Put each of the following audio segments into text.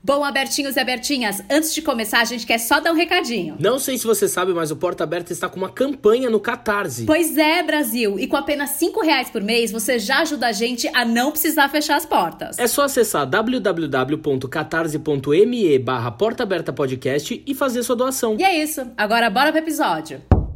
Bom, abertinhos e abertinhas, antes de começar a gente quer só dar um recadinho. Não sei se você sabe, mas o Porta Aberta está com uma campanha no Catarse. Pois é, Brasil, e com apenas R$5 por mês você já ajuda a gente a não precisar fechar as portas. É só acessar www.catarse.me/portaabertapodcast e fazer sua doação. E é isso, agora bora pro episódio.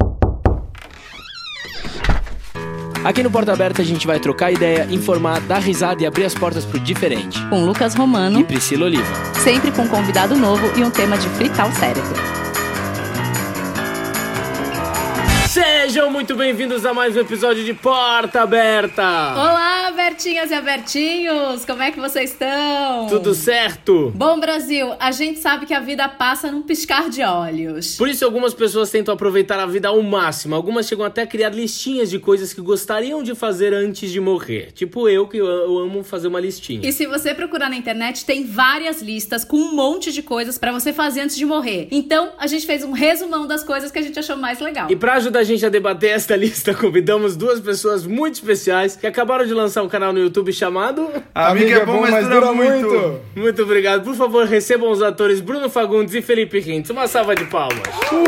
Aqui no Porta Aberta a gente vai trocar ideia, informar, dar risada e abrir as portas pro diferente. Com Lucas Romano E Priscila Oliva. Sempre com um convidado novo e um tema de fritar o cérebro. Sejam muito bem-vindos a mais um episódio de Porta Aberta! Olá, abertinhas e abertinhos, como é que vocês estão? Tudo certo? Bom, Brasil, a gente sabe que a vida passa num piscar de olhos. Por isso algumas pessoas tentam aproveitar a vida ao máximo. Algumas chegam até a criar listinhas de coisas que gostariam de fazer antes de morrer. Tipo eu, que eu amo fazer uma listinha. E se você procurar na internet, tem várias listas com um monte de coisas pra você fazer antes de morrer. Então, a gente fez um resumão das coisas que a gente achou mais legal. E pra ajudar a gente a debater esta lista, convidamos duas pessoas muito especiais que acabaram de lançar um canal no YouTube chamado... Amiga é bom, mas dura muito. Muito obrigado. Por favor, recebam os atores Bruno Fagundes e Felipe Rintz. Uma salva de palmas.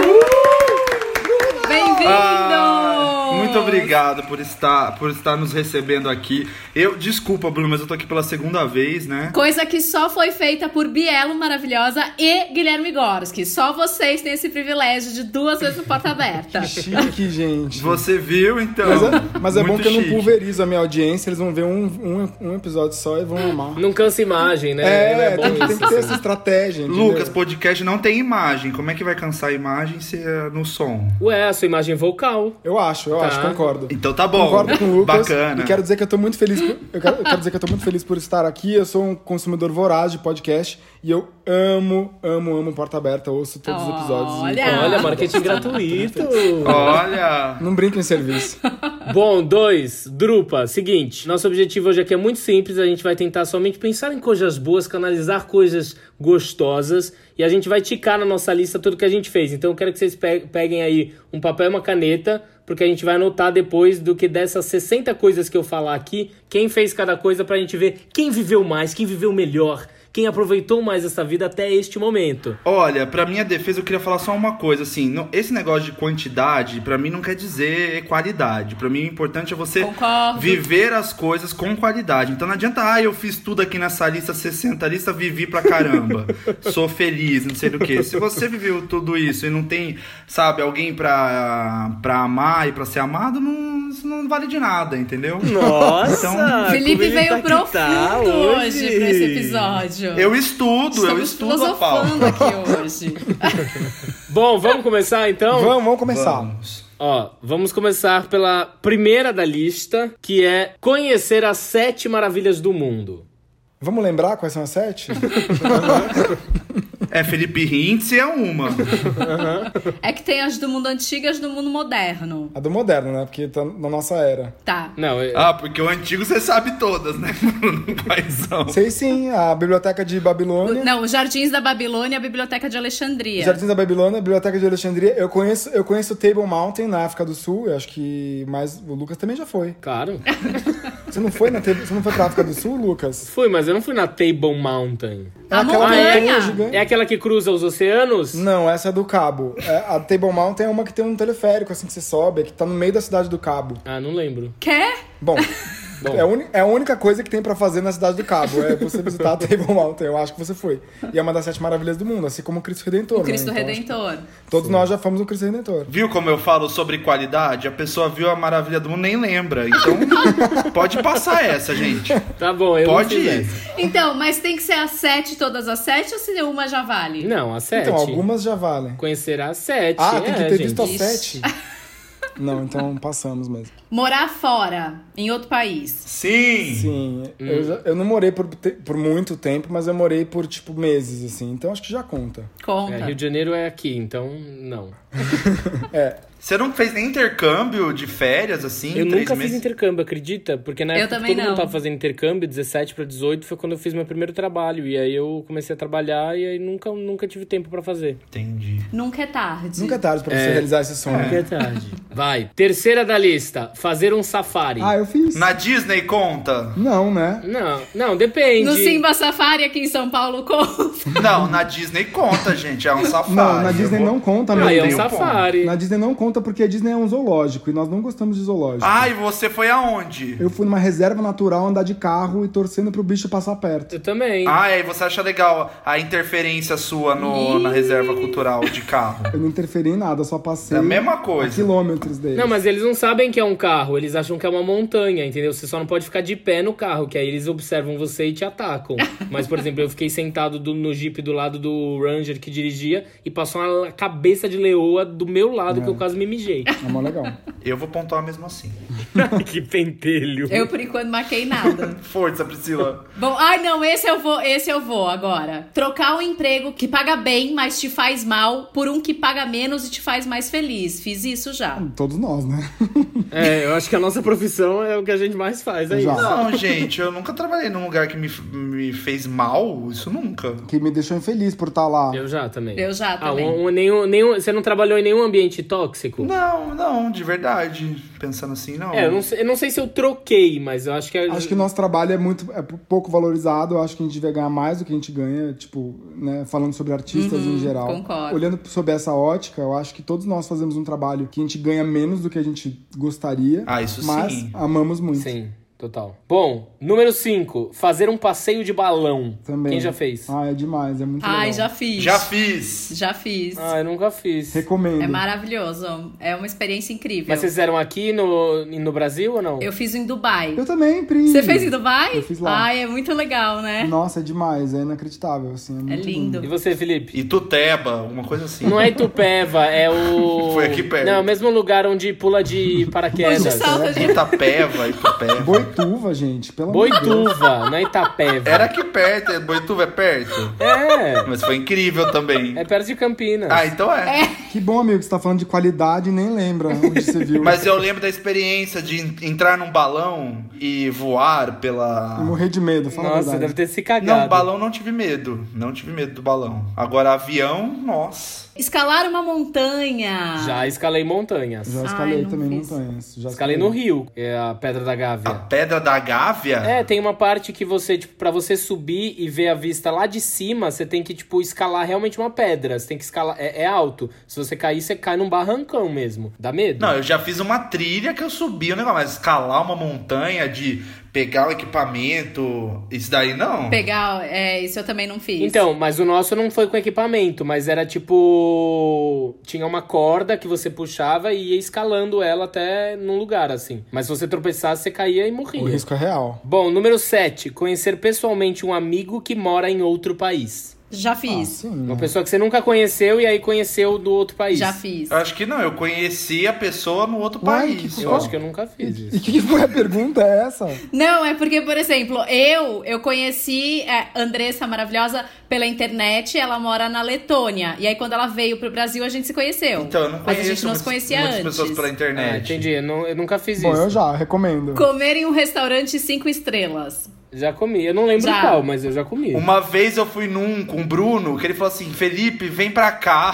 Bem-vindo! Muito obrigado por estar nos recebendo aqui. Desculpa, Bruno, mas eu tô aqui pela segunda vez, né? Coisa que só foi feita por Bielo Maravilhosa e Guilherme Gorski. Só vocês têm esse privilégio de 2 vezes no Porta Aberta. Chique, gente. Você viu, então? Mas é bom Muito que eu não chique. pulverizo a minha audiência, eles vão ver um episódio só e vão amar. Não cansa imagem, né? É bom tem isso, que ter assim. essa estratégia, entendeu? Lucas, podcast não tem imagem. Como é que vai cansar a imagem se é no som? Ué, a sua imagem vocal. Eu acho, concordo. Então tá bom. Concordo com o Lucas. Bacana. E quero dizer que eu tô muito feliz por estar aqui. Eu sou um consumidor voraz de podcast e eu amo Porta Aberta. Ouço todos os episódios. Olha, marketing gratuito. Olha! Não brinca em serviço. Bom, Drupa, seguinte, nosso objetivo hoje aqui é muito simples, a gente vai tentar somente pensar em coisas boas, canalizar coisas gostosas e a gente vai ticar na nossa lista tudo que a gente fez. Então eu quero que vocês peguem aí um papel e uma caneta, porque a gente vai anotar depois do que dessas 60 coisas que eu falar aqui, quem fez cada coisa pra gente ver quem viveu mais, quem viveu melhor, quem aproveitou mais essa vida até este momento. Olha, pra minha defesa eu queria falar só uma coisa, assim, esse negócio de quantidade, pra mim não quer dizer qualidade. Pra mim o importante é você viver as coisas com qualidade. Então não adianta, eu fiz tudo aqui nessa lista, 60 lista, vivi pra caramba. Sou feliz, não sei do que. Se você viveu tudo isso e não tem, sabe, alguém pra amar e pra ser amado, isso não vale de nada, entendeu? Nossa! Então, Felipe veio profundo hoje pra esse episódio. Eu estudo a Paula. Estamos filosofando aqui hoje. Bom, vamos começar então? Vamos começar. Vamos. Vamos começar pela primeira da lista, que é conhecer as 7 maravilhas do mundo. Vamos lembrar quais são as 7? Felipe Rintz é uma. É que tem as do mundo antigo e as do mundo moderno. A do moderno, né? Porque tá na nossa era. Tá. Não, Porque o antigo você sabe todas, né? Quais são? Sei sim, a Biblioteca de Babilônia. Não, os Jardins da Babilônia e a Biblioteca de Alexandria. Jardins da Babilônia, Biblioteca de Alexandria. Eu conheço o Table Mountain na África do Sul. Eu acho que o Lucas também já foi. claro. Você não foi pra África do Sul, Lucas? Fui, mas eu não fui na Table Mountain. A aquela montanha. montanha gigante. É aquela que cruza os oceanos? Não, essa é do Cabo. A Table Mountain é uma que tem um teleférico, assim, que você sobe, que tá no meio da cidade do Cabo. Ah, não lembro. Quer? Bom, é a única coisa que tem pra fazer na cidade do Cabo, é você visitar a Table Mountain. Eu acho que você foi. E é uma das 7 maravilhas do mundo, assim como o Cristo Redentor. O Cristo né? Então, Redentor. Todos nós já fomos no Cristo Redentor. Viu como eu falo sobre qualidade? A pessoa viu a maravilha do mundo, nem lembra. Então, pode passar essa, gente. Tá bom, eu Pode não fiz ir. essa. Então, mas tem que ser as 7, todas as 7, ou se uma já vale? Não, a 7. Então, algumas já valem. Conhecer as 7. Tem que ter visto as Ixi. 7? Não, então passamos mesmo. Morar fora, em outro país. Sim. Sim, eu não morei por muito tempo, mas eu morei por, meses, assim. Então acho que já conta. Conta. Rio de Janeiro é aqui, então não. Você não fez nem intercâmbio de férias, assim? Eu 3 nunca fiz meses? intercâmbio, acredita? Porque na época que também todo mundo não. tava fazendo intercâmbio, 17 pra 18, foi quando eu fiz meu primeiro trabalho. E aí eu comecei a trabalhar e aí nunca tive tempo pra fazer. Entendi. Nunca é tarde. Nunca é tarde pra você realizar esse sonho. Nunca é tarde. Vai. Terceira da lista. fazer um safari. Eu fiz. Na Disney conta? Não, né? Não, depende. No Simba Safari aqui em São Paulo conta. Não, na Disney conta, gente. É um safari. Não, na Disney não conta, meu É um Deus. safari. Na Disney não conta porque a Disney é um zoológico e nós não gostamos de zoológico. E você foi aonde? Eu fui numa reserva natural andar de carro e torcendo pro bicho passar perto. Eu também. E aí você acha legal a interferência sua na reserva cultural de carro? Eu não interferi em nada, só passei É a mesma a coisa. quilômetros deles. Não, mas eles não sabem que é um carro, eles acham que é uma montanha, entendeu? Você só não pode ficar de pé no carro, que aí eles observam você e te atacam. Mas, por exemplo, eu fiquei sentado no Jeep do lado do Ranger que dirigia e passou uma cabeça de leoa do meu lado que eu quase me mijei. É mó legal. Eu vou pontuar mesmo assim. Que pentelho. Eu, por enquanto, marquei nada. Força, Priscila. Bom, não, esse eu vou agora. Trocar um emprego que paga bem, mas te faz mal, por um que paga menos e te faz mais feliz. Fiz isso já. Todos nós, né? Eu acho que a nossa profissão é o que a gente mais faz, é Já. isso. Não, gente, eu nunca trabalhei num lugar que me fez mal. Isso nunca. Que me deixou infeliz por estar lá. Eu já também. Eu já também. Você não trabalhou em nenhum ambiente tóxico? Não, de verdade. Pensando assim, não. Eu não sei se eu troquei, mas eu acho que... Acho que o nosso trabalho é pouco valorizado. Eu acho que a gente devia ganhar mais do que a gente ganha, tipo, né, falando sobre artistas em geral. Concordo. Olhando sob essa ótica, eu acho que todos nós fazemos um trabalho que a gente ganha menos do que a gente gostaria. Isso mas sim. amamos muito. Sim, total. Bom, número 5. Fazer um passeio de balão. Também. Quem já fez? É demais, é muito legal. Já fiz. Já fiz. Eu nunca fiz. Recomendo. É maravilhoso. É uma experiência incrível. Mas vocês fizeram aqui no Brasil ou não? Eu fiz em Dubai. Eu também, Pri. Você fez em Dubai? Eu fiz lá. É muito legal, né? Nossa, é demais, é inacreditável, assim. É muito lindo. E você, Felipe? Ituteba, uma coisa assim. Não é Itupeva, é o... Foi aqui perto. Não, é o mesmo lugar onde pula de paraquedas. Onde salta de... Itupeva. Boituva, gente, pelo amor de Deus. Boituva, não é Itapeva. Era aqui perto, Boituva é perto. É, Mas foi incrível também. é perto de Campinas. Então é. Que bom, amigo, que você tá falando de qualidade e nem lembra onde você viu. Mas eu lembro da experiência de entrar num balão e voar E pela... morrer de medo, fala a Nossa, verdade. deve ter se cagado. Não, balão não tive medo. Não tive medo do balão. Agora, avião, nossa. Escalar uma montanha. Já escalei montanhas. Já escalei não também fiz. montanhas. Já Escalei no Rio, é a Pedra da A Gávea. Pedra da Gávea? Tem uma parte que você, tipo, pra você subir e ver a vista lá de cima, você tem que, tipo, escalar realmente uma pedra. Você tem que escalar, é alto. Se você cair, você cai num barrancão mesmo. Dá medo? Não, eu já fiz uma trilha que eu subi o negócio, mas escalar uma montanha de pegar o equipamento, isso daí não. Isso eu também não fiz. Então, mas o nosso não foi com equipamento, mas era tipo... Tinha uma corda que você puxava e ia escalando ela até num lugar, assim. Mas se você tropeçasse, você caía e morria. O risco é real. Bom, número 7. Conhecer pessoalmente um amigo que mora em outro país. Já fiz. Sim, Uma né? pessoa que você nunca conheceu e aí conheceu do outro país. Já fiz. Eu acho que não, eu conheci a pessoa no outro Uai, país. Eu acho que eu nunca fiz E isso. que foi a pergunta é essa? Não, é porque, por exemplo, eu conheci a Andressa maravilhosa pela internet, ela mora na Letônia. E aí, quando ela veio pro Brasil, a gente se conheceu. Então, eu não conheço Mas a gente não se conhecia muitas antes. pessoas pela internet. Entendi. Eu nunca fiz Bom, isso. eu já, recomendo. Comer em um restaurante 5 estrelas. Já comi. Eu não lembro Já. qual, mas eu já comi. Uma vez eu fui num com o Bruno, que ele falou assim, Felipe, vem pra cá.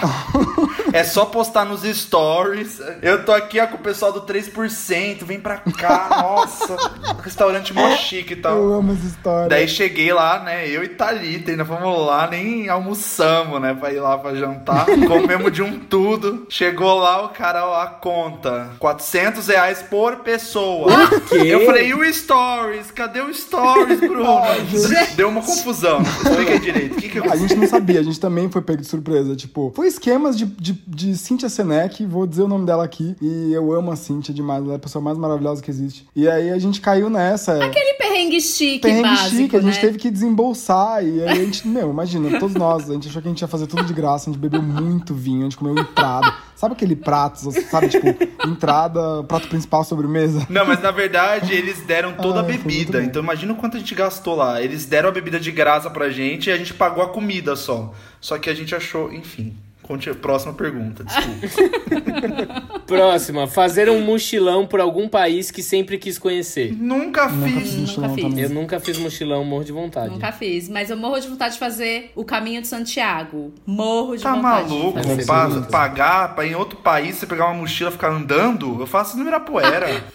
É só postar nos stories. Eu tô aqui ó, com o pessoal do 3%, vem pra cá. Nossa, restaurante mó chique e tal. Eu amo essa história. Daí cheguei lá, né, eu e Thalita, ainda fomos lá, nem almoçamos, né, pra ir lá pra jantar. Comemos de um tudo. Chegou lá, o cara, ó, a conta, R$400 por pessoa. quê? Eu falei, e o stories? Cadê o stories, Bruno? Deu uma confusão, expliquei direito. O que A gente não sabia, a gente também foi pego de surpresa. Tipo, foi esquemas de Cíntia Senek, vou dizer o nome dela aqui. E eu amo a Cíntia demais, ela é a pessoa mais maravilhosa que existe. E aí a gente caiu nessa. Aquele perrengue chique Perrengue básico, chique, a gente né? teve que desembolsar. E aí a gente, imagina, todos nós, a gente achou que a gente ia fazer tudo de graça, a gente bebeu muito vinho, a gente comeu entrada. Sabe aquele prato, sabe, tipo, entrada, prato principal, sobremesa? Não, mas na verdade eles deram toda a Foi muito bebida. bom. Então imagina o quanto a gente gastou lá. Eles deram a bebida de graça pra gente e a gente pagou a comida só. Só que a gente achou, enfim. Próxima pergunta, desculpa. Próxima, fazer um mochilão por algum país que sempre quis conhecer. Nunca fiz. Eu nunca fiz mochilão, morro de vontade. Nunca fiz, mas eu morro de vontade de fazer o Caminho de Santiago. Morro de vontade. Tá maluco? Pagar pra ir em outro país, você pegar uma mochila e ficar andando? Eu faço no Ibirapuera.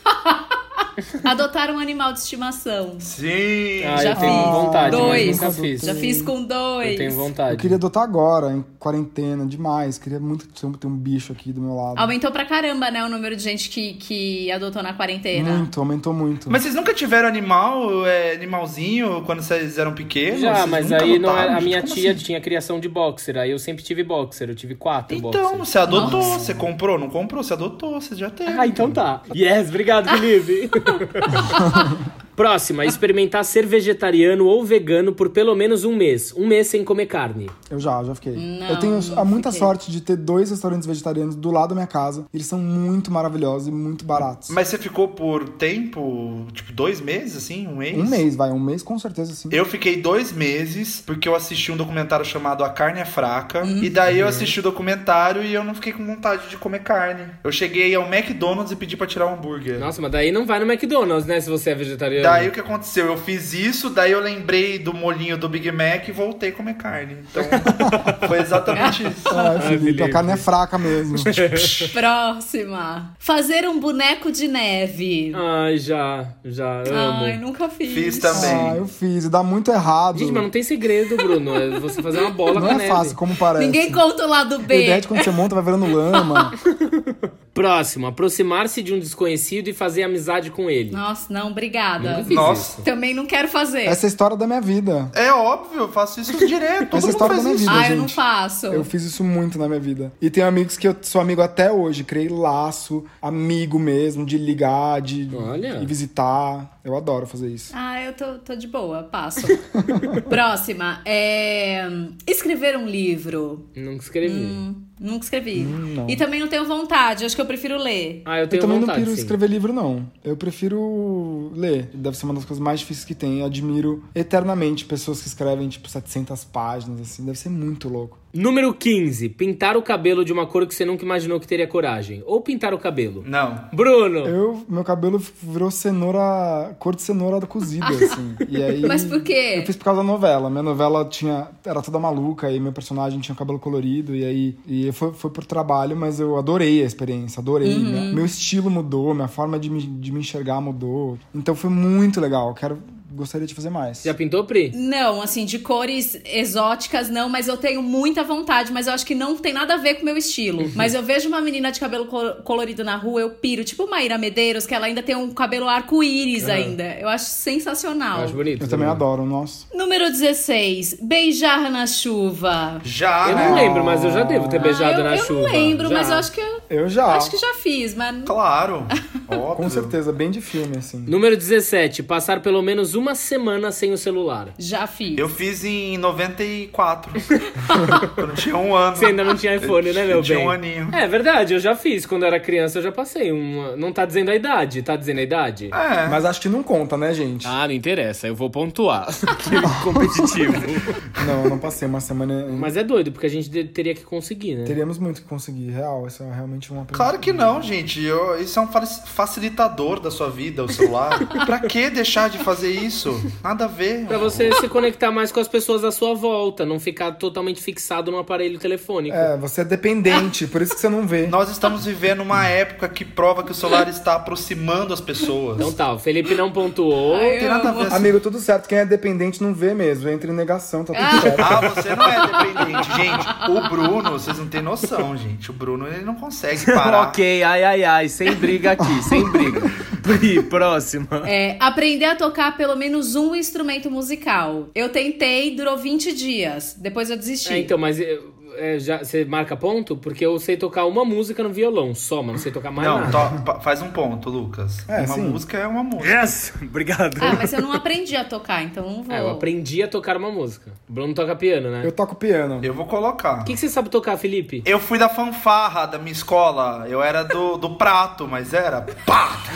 Adotar um animal de estimação. Sim. Já eu tenho vontade, 2. mas nunca fiz. Já fiz com 2. Eu tenho vontade. Eu queria adotar agora, em quarentena, demais. Queria muito ter um bicho aqui do meu lado. Aumentou pra caramba, né, o número de gente que adotou na quarentena. Aumentou muito. Mas vocês nunca tiveram animalzinho quando vocês eram pequenos? Já, Vocês mas nunca aí não adotaram? era, a minha Como tia assim? tinha criação de boxer, aí eu sempre tive boxer, eu tive 4 boxers. Então, você adotou, você comprou, não comprou? Você adotou, você já teve. Ah, então tá. Yes, obrigado, Felipe. Próxima, experimentar ser vegetariano ou vegano por pelo menos um mês. Um mês sem comer carne. Eu já fiquei. Não, eu tenho muita fiquei. sorte de ter 2 restaurantes vegetarianos do lado da minha casa. Eles são muito maravilhosos e muito baratos. Mas você ficou por tempo, tipo 2 meses, assim? Um mês? Um mês com certeza, sim. Eu fiquei 2 meses, porque eu assisti um documentário chamado A Carne é Fraca. E daí eu assisti o documentário e eu não fiquei com vontade de comer carne. Eu cheguei ao McDonald's e pedi pra tirar um hambúrguer. Nossa, mas daí não vai no McDonald's, né, se você é vegetariano. Daí o que aconteceu? Eu fiz isso, daí eu lembrei do molhinho do Big Mac e voltei a comer carne. Então, foi exatamente isso. Felipe, a carne é fraca mesmo. Próxima. Fazer um boneco de neve. Ai, já amo. Ai, nunca fiz. Fiz também. Eu fiz. E dá muito errado. Gente, mas não tem segredo, Bruno. É você fazer uma bola Não com é neve. fácil como parece. Ninguém conta o lado E B. derrete quando você monta, vai virando lama. Próximo, aproximar-se de um desconhecido e fazer amizade com ele. Nossa, não, obrigada. Nunca fiz Nossa. isso. Também não quero fazer. Essa é a história da minha vida. É óbvio, eu faço isso direto. Todo Essa é a mundo história faz da minha isso. vida, Ah, gente. eu não faço. Eu fiz isso muito na minha vida. E tenho amigos que eu sou amigo até hoje. Criei laço, amigo mesmo, de ligar, de Olha. ir visitar. Eu adoro fazer isso. Ah, eu tô de boa, passo. Próxima. Escrever um livro. Nunca escrevi. Nunca escrevi. Não. E também não tenho vontade, acho que eu prefiro ler. Ah, eu Eu tenho também vontade, não prefiro sim. escrever livro, não. Eu prefiro ler. Deve ser uma das coisas mais difíceis que tem. Eu admiro eternamente pessoas que escrevem, tipo, 700 páginas, assim. Deve ser muito louco. Número 15. Pintar o cabelo de uma cor que você nunca imaginou que teria coragem. Ou pintar o cabelo. Não. Bruno! Meu cabelo virou cor de cenoura cozida, assim. E aí, Mas por quê? Eu fiz por causa da novela. Minha novela era toda maluca e meu personagem tinha o cabelo colorido. E aí foi por trabalho, mas eu adorei a experiência, adorei. Meu estilo mudou, minha forma de me enxergar mudou. Então foi muito legal. Gostaria de fazer mais. Já pintou, Pri? Não, assim, de cores exóticas não, mas eu tenho muita vontade, mas eu acho que não tem nada a ver com o meu estilo. Mas eu vejo uma menina de cabelo colorido na rua, eu piro, tipo Maíra Medeiros, que ela ainda tem um cabelo arco-íris ainda. Eu acho sensacional. Eu acho bonito. Eu também adoro, nossa. Número 16, beijar na chuva. Já, Eu né? não lembro, mas eu já devo ter beijado na eu chuva. Eu não lembro, Já. mas eu acho que Eu já. Acho que já fiz, mas... Claro. Óbvio. Com certeza, bem de filme, assim. Número 17, passar pelo menos uma semana sem o celular. Já fiz. Eu fiz em 94. Quando tinha 1 ano. Você ainda não tinha iPhone, né, meu Eu tinha bem? 1 aninho. É verdade, eu já fiz. Quando eu era criança, eu já passei uma... Não tá dizendo a idade, tá dizendo a idade? É. Mas acho que não conta, né, gente? Ah, não interessa, eu vou pontuar. Que competitivo. Não, eu não passei uma semana. Mas é doido, porque a gente teria que conseguir, né? Teríamos muito que conseguir, real. Isso é realmente uma Claro que não, gente. Isso é um facilitador da sua vida, o celular. Pra que deixar de fazer isso? Nada a ver. Pra você se conectar mais com as pessoas à sua volta, não ficar totalmente fixado no aparelho telefônico. É, você é dependente, por isso que você não vê. Nós estamos vivendo uma época que prova que o celular está aproximando as pessoas. Então tá, o Felipe não pontuou. Ai, tem nada a ver assim. Amigo, tudo certo. Quem é dependente não vê mesmo. Entra em negação, tá tudo certo. Ah, você não é dependente. Gente, o Bruno, vocês não têm noção, gente. O Bruno, ele não consegue parar. Ok, ai, sem briga aqui, sem briga. Pri, próxima. Aprender a tocar pelo menos um instrumento musical. Eu tentei, durou 20 dias. Depois eu desisti. Então, mas já, você marca ponto? Porque eu sei tocar uma música no violão só, mas não sei tocar mais Não, nada. faz um ponto, Lucas. É, uma sim. música é uma música. Yes! Obrigado. Ah, mas eu não aprendi a tocar, então não vou. Eu aprendi a tocar uma música. O Bruno toca piano, né? Eu toco piano. Eu vou colocar. O que você sabe tocar, Felipe? Eu fui da fanfarra da minha escola. Eu era do prato, mas era pá!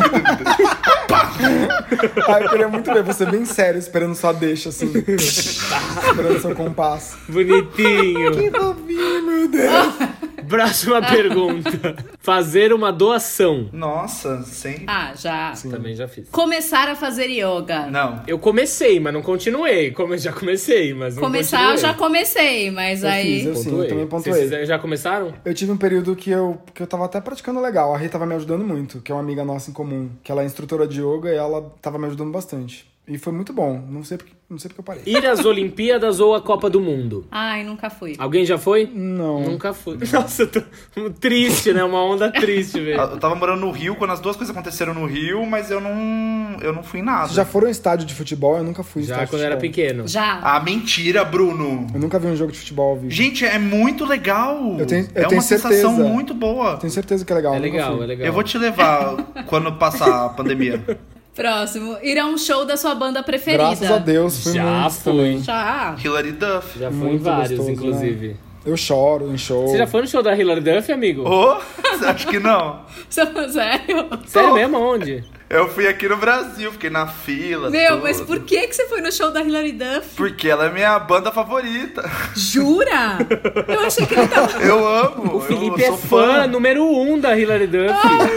Eu queria muito ver você bem sério, esperando sua deixa, assim. Esperando seu compasso. Bonitinho. Que fofinho, meu Deus. Próxima pergunta. Fazer uma doação. Nossa, sem... Já. Sim. Também já fiz. Começar a fazer yoga. Não. Eu comecei, mas não continuei. Já comecei, mas não Começar continuei. eu já comecei, mas aí... Eu sim, eu também pontuei. Vocês já começaram? Eu tive um período que eu tava até praticando legal. A Rê tava me ajudando muito, que é uma amiga nossa em comum. Que ela é instrutora de yoga e ela tava me ajudando bastante. E foi muito bom. Não sei porque eu parei. Ir às Olimpíadas ou a Copa do Mundo? Ai, nunca fui. Alguém já foi? Não. Nunca fui. Nossa, eu tô triste, né? Uma onda triste, velho. Eu tava morando no Rio quando as duas coisas aconteceram no Rio, mas eu não fui em nada. Vocês já foram em estádio de futebol? Eu nunca fui em Já estádio quando de eu era futebol. pequeno. Já. Ah, mentira, Bruno. Eu nunca vi um jogo de futebol ao vivo. Gente, é muito legal. Eu tenho uma sensação certeza. muito boa. Tenho certeza que é legal. É eu nunca legal, fui. é legal. Eu vou te levar quando passar a pandemia. Próximo. Ir a um show da sua banda preferida. Graças a Deus, fui Já muito fui. também. Já. Hilary Duff. Já fui em Muito vários, gostoso, inclusive. né? Eu choro em show. Você já foi no show da Hilary Duff, amigo? Oh, você acha que não? Sério? Sério mesmo? Onde? Eu fui aqui no Brasil, fiquei na fila. Meu, tudo. mas por que você foi no show da Hilary Duff? Porque ela é minha banda favorita. Jura? Eu achei que ele tava... Eu amo. O Felipe eu é sou fã número 1 da Hilary Duff.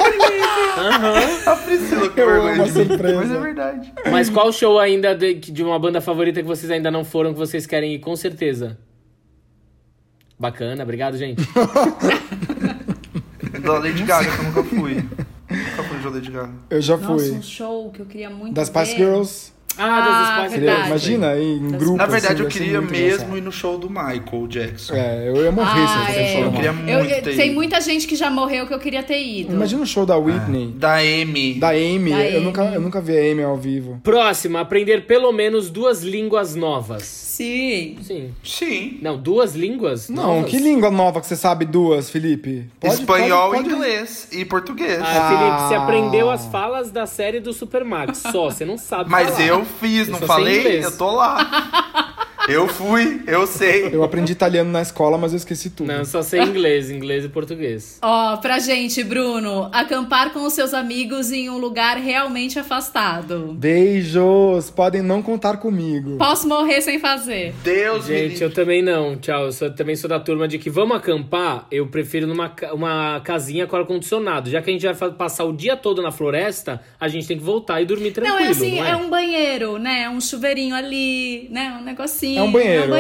A Priscila, que Eu vergonha amo a de mim. surpresa. Mas é verdade. Mas qual show ainda de uma banda favorita que vocês ainda não foram, que vocês querem ir com certeza? Bacana, obrigado, gente. Da Lady Gaga, que eu nunca fui. Nunca fui no show da Lady Gaga. Eu já Nossa, fui. um show que eu queria muito Das ver. Spice Girls. Das Spice Queria, verdade. imagina, em grupo. Na verdade, assim, eu vai ser queria muito mesmo engraçado. ir no show do Michael Jackson. É, eu ia morrer se eu fosse show Eu do queria Michael. muito ter Tem ido. muita gente que já morreu que eu queria ter ido. Imagina o show da Whitney, Da Amy. da Amy. Da Eu Amy. nunca vi a Amy ao vivo. Próxima, aprender pelo menos 2 línguas novas. Sim. Sim. Sim. Não, 2 línguas Não, novas? que língua nova que você sabe duas, Felipe? Espanhol, pode- inglês e português. Felipe, você aprendeu as falas da série do Supermax só, você não sabe Mas falar. eu fiz, não só sei falei? inglês. Eu tô lá. Eu fui, eu sei. Eu aprendi italiano na escola, mas eu esqueci tudo. Não, só sei inglês e português. Ó, pra gente, Bruno, acampar com os seus amigos em um lugar realmente afastado. Beijos! Podem não contar comigo. Posso morrer sem fazer. Deus me Gente, livre. eu também não, tchau. Também sou da turma de que vamos acampar, eu prefiro uma casinha com ar-condicionado. Já que a gente vai passar o dia todo na floresta, a gente tem que voltar e dormir tranquilo, Não, é assim, não é um banheiro, né? Um chuveirinho ali, né? Um negocinho. É um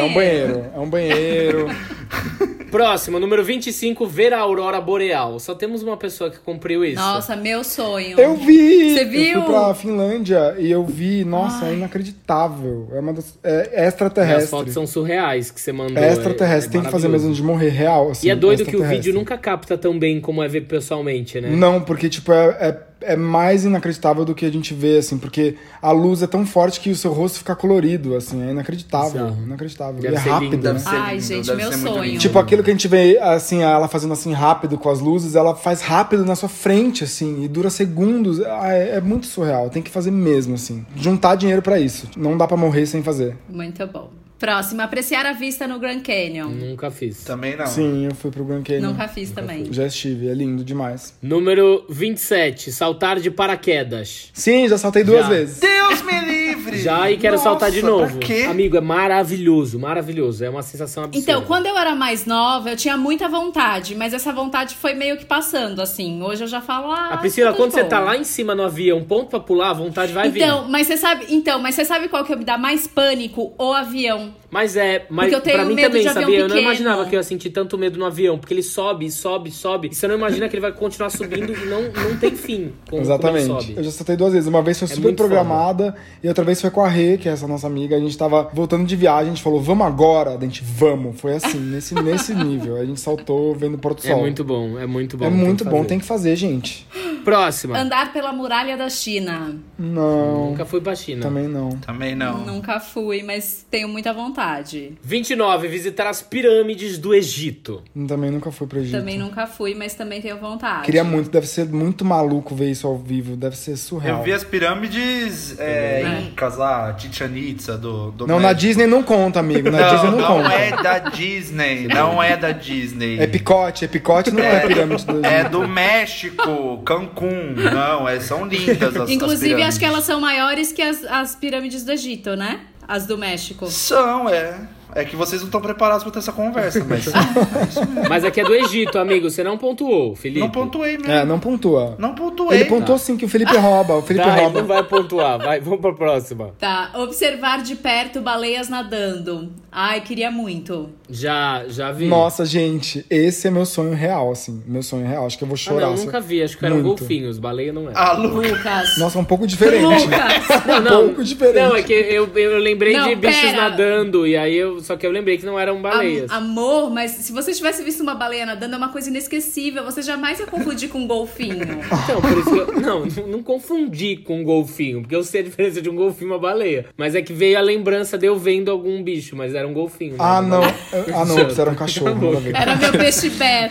banheiro. Próximo, número 25, ver a aurora boreal. Só temos uma pessoa que cumpriu isso. Nossa, meu sonho. Eu vi! Você viu? Eu fui pra Finlândia e eu vi. Nossa, é inacreditável. É uma das. É extraterrestre. As fotos são surreais que você mandou. É extraterrestre. Tem que fazer mesmo de morrer real. Assim, E é doido que o extraterrestre. vídeo nunca capta tão bem como é ver pessoalmente, né? Não, porque, tipo, é mais inacreditável do que a gente vê, assim, porque a luz é tão forte que o seu rosto fica colorido, assim, é inacreditável. Bizarro. Inacreditável. Deve E é ser rápido, lindo, né? Deve ser Ai, lindo, gente, deve meu ser muito sonho. lindo. Tipo, aquilo que a gente vê, assim, ela fazendo assim rápido com as luzes, ela faz rápido na sua frente, assim, e dura segundos. É muito surreal. Tem que fazer mesmo, assim. Juntar dinheiro pra isso. Não dá pra morrer sem fazer. Muito bom. Próximo, apreciar a vista no Grand Canyon. Nunca fiz. Também não. Sim, eu fui pro Grand Canyon. Nunca fiz também. Já estive, é lindo demais. Número 27, saltar de paraquedas. Sim, já saltei 2 Já. vezes. Deus me livre! Já e quero Nossa, saltar de novo. Pra quê? Amigo, é maravilhoso, maravilhoso. É uma sensação absurda. Então, quando eu era mais nova, eu tinha muita vontade, mas essa vontade foi meio que passando, assim. Hoje eu já falo, A Priscila, tô de quando você boa. tá lá em cima no avião, ponto pra pular, a vontade vai vir. Mas você sabe qual que me dá mais pânico? O avião. Mas Porque eu tenho pra mim medo também, de avião sabia? Eu não pequeno. imaginava que eu ia sentir tanto medo no avião, porque ele sobe, sobe, sobe. E você não imagina que ele vai continuar subindo e não tem fim. Exatamente. Como ele sobe. Eu já saltei 2 vezes. Uma vez foi super muito programada e outra vez foi com a Rê, que é essa nossa amiga. A gente tava voltando de viagem, a gente falou, vamos agora? A gente, vamos. Foi assim, nesse nível. A gente saltou vendo o Porto É Sol. muito bom, é muito bom. É muito bom, fazer. tem que fazer, gente. Próxima. Andar pela muralha da China. Não, Nunca fui pra China. também não. Também não. Nunca fui, mas tenho muita vontade. 29, visitar as pirâmides do Egito. Também nunca fui pro Egito. Também nunca fui, mas também tenho vontade. Queria muito, deve ser muito maluco ver isso ao vivo, deve ser surreal. Eu vi as pirâmides incas lá, Chichen Itza do Não, na México. Disney não conta, amigo. Na Disney não conta. é da Disney. Não é da Disney. É picote não é pirâmide do Egito. É do México, Cancún. Cancún. Não, são lindas as Inclusive, pirâmides. acho que elas são maiores que as pirâmides do Egito, né? As do México. São, É que vocês não estão preparados pra ter essa conversa, mas... Mas aqui é do Egito, amigo. Você não pontuou, Felipe. Não pontuei mesmo. Não pontua. Não pontuei. Ele pontuou sim, que o Felipe rouba. O Felipe Ele rouba. não vai pontuar. Vamos pra próxima. Tá, observar de perto baleias nadando. Ai, queria muito. Já vi. Nossa, gente, esse é meu sonho real, assim. Meu sonho real. Acho que eu vou chorar. Não, nunca vi. Acho que eram Muito. golfinhos. Baleia não é. Lucas. Nossa, um pouco diferente. Lucas. Não, pouco diferente. Não, é que eu lembrei Não, de bichos pera. nadando. E aí só que eu lembrei que não eram baleias. Amor, mas se você tivesse visto uma baleia nadando, é uma coisa inesquecível. Você jamais ia confundir com um golfinho. Então, por isso que eu não confundi com um golfinho, porque eu sei a diferença de um golfinho e uma baleia. Mas é que veio a lembrança de eu vendo algum bicho, mas era um golfinho. Não, Ups, era um cachorro. Nada a ver. Era meu peixe beta.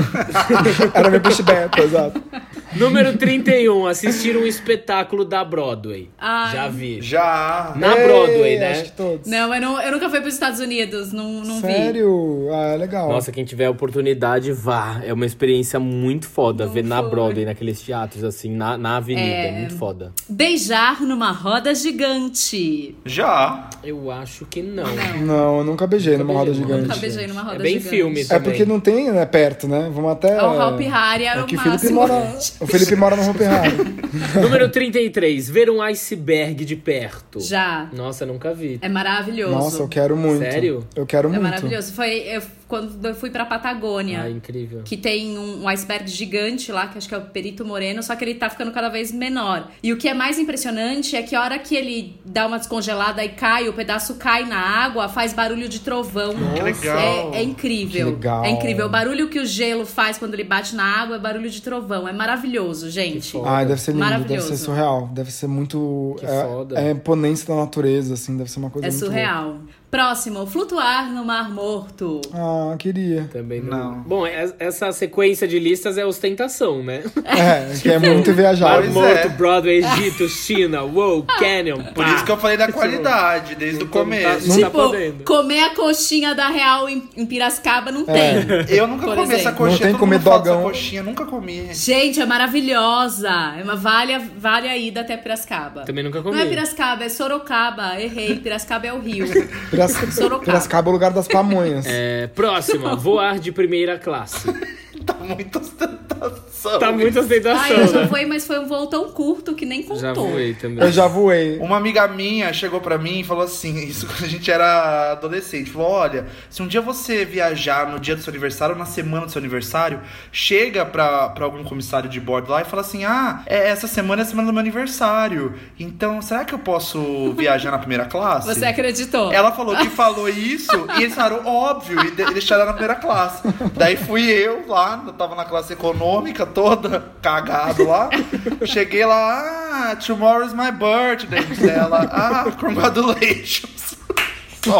Era meu peixe beta, exato. Número 31, assistir um espetáculo da Broadway. Ai. Já vi. Já. Na Broadway, né? Acho que todos. Não, eu nunca fui para os Estados Unidos, não vi. Sério? Legal. Nossa, quem tiver a oportunidade, vá. É uma experiência muito foda ver na fui. Broadway, naqueles teatros, assim, na avenida. É muito foda. Beijar numa roda gigante. Já. Eu acho que não. Não, eu nunca beijei numa roda beijei, gigante. Nunca beijei numa roda É bem gigante. filme É também. porque não tem, né, perto, né? Vamos até... O Hopi Hari era que o o Felipe máximo. o Felipe mora no Hopi Hari. Número 33, ver um iceberg de perto. Já. Nossa, nunca vi. É maravilhoso. Nossa, eu quero muito. Sério? Eu quero É muito. maravilhoso. Quando eu fui pra Patagônia. Ah, incrível. Que tem um iceberg gigante lá, que acho que é o Perito Moreno, só que ele tá ficando cada vez menor. E o que é mais impressionante é que a hora que ele dá uma descongelada e cai, o pedaço cai na água, faz barulho de trovão. Que legal. É incrível. Que legal. É incrível. O barulho que o gelo faz quando ele bate na água é barulho de trovão. É maravilhoso, gente. Deve ser lindo, deve Maravilhoso. ser surreal. Deve ser muito... Que foda. É imponência da natureza, assim, deve ser uma coisa É muito surreal. Próximo, flutuar no Mar Morto. louca. Queria. Também Não. Bom, essa sequência de listas é ostentação, né? Que é muito viajar. Mar Pois Morto, é. Broadway, Egito, China, wow, Canyon. Por isso que eu falei da qualidade, desde o começo. Não tá Tipo, podendo. comer a coxinha da Real em Piracicaba não tem. Eu nunca Por comi essa exemplo. coxinha, Não tem todo comer mundo fala dessa dogão. coxinha, nunca comi. Gente, é maravilhosa. É uma vale a ida até Piracicaba. Também nunca comi. Não é Piracicaba, é Sorocaba. Errei. Piracicaba é o Rio. Piracicaba é o lugar das pamonhas. Próxima, voar de primeira classe. Tá muita ostentação. Tá muita ostentação, Ai, eu já né? voei, mas foi um voo tão curto que nem contou. Já voei também. Eu já voei. Uma amiga minha chegou pra mim e falou assim, isso quando a gente era adolescente, falou, olha, se um dia você viajar no dia do seu aniversário ou na semana do seu aniversário, chega pra algum comissário de bordo lá e fala assim, essa semana é a semana do meu aniversário, então será que eu posso viajar na primeira classe? Você acreditou? Ela falou que falou isso e eles falaram, óbvio, e deixaram ela na primeira classe. Daí fui eu lá, eu tava na classe econômica, toda cagado lá. Cheguei lá, tomorrow is my birthday. Ela, congratulations. Só.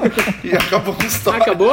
E acabou a história. Acabou?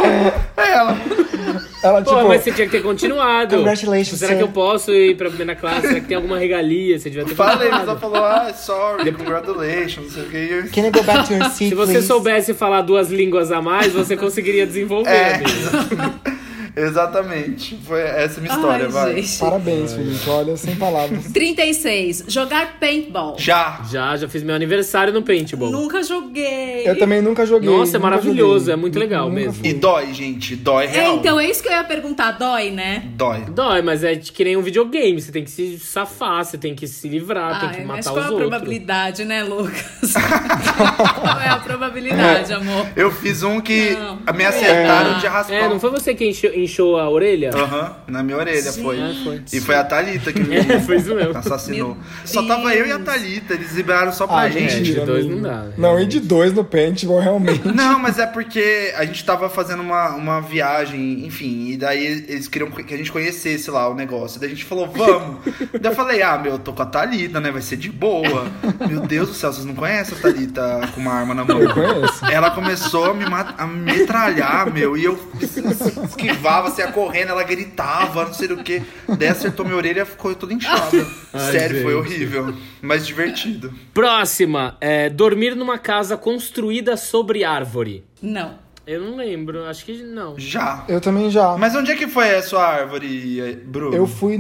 Ela, Pô, tipo... mas você tinha que ter continuado. Congratulations, Será sir. que eu posso ir pra primeira classe? Será que tem alguma regalia? Você devia ter Falei, mas continuado. ela falou, sorry, congratulations, não sei o que. Can I go back to your seat, Se você please? soubesse falar 2 línguas a mais, você conseguiria desenvolver, amigo. Exatamente. Foi essa a minha história, Ai, vai. gente. Parabéns, Felipe. Olha, sem palavras. 36. Jogar paintball. Já. Já fiz meu aniversário no paintball. Nunca joguei. Eu também nunca joguei. Nossa, é nunca maravilhoso, joguei. é muito legal Nunca mesmo. fui. E dói, gente. Dói real. Então, é isso que eu ia perguntar. Dói, né? Dói. Dói, mas é que nem um videogame. Você tem que se safar, você tem que se livrar, tem que mas matar qual os é a outros. probabilidade, né, Lucas? Qual é a probabilidade, amor? Eu fiz um que Não. me acertaram de raspar. Não foi você que inchou a orelha? Aham, na minha orelha foi. Foi. E foi a Thalita que me Foi isso mesmo. assassinou. Meu Só tava eu e a Deus. Thalita, eles liberaram só pra gente. mentira. de dois amigo. não dá, né? Não, e de 2 no paintball, realmente. Não, mas é porque a gente tava fazendo uma viagem, enfim, e daí eles queriam que a gente conhecesse lá o negócio. Daí a gente falou, vamos. Daí eu falei, eu tô com a Thalita, né? Vai ser de boa. Meu Deus do céu, vocês não conhecem a Thalita com uma arma na mão? Eu conheço. Ela começou a me metralhar, meu, e eu esquivava, saia correndo, ela gritava, não sei o que. Daí acertou minha orelha e ficou toda inchada. Ai, Sério, foi gente. horrível, mas divertido. Próxima, dormir numa casa construída sobre árvore. Não. Eu não lembro, acho que não. Já. Eu também já. Mas onde é que foi a sua árvore, Bruno? Eu fui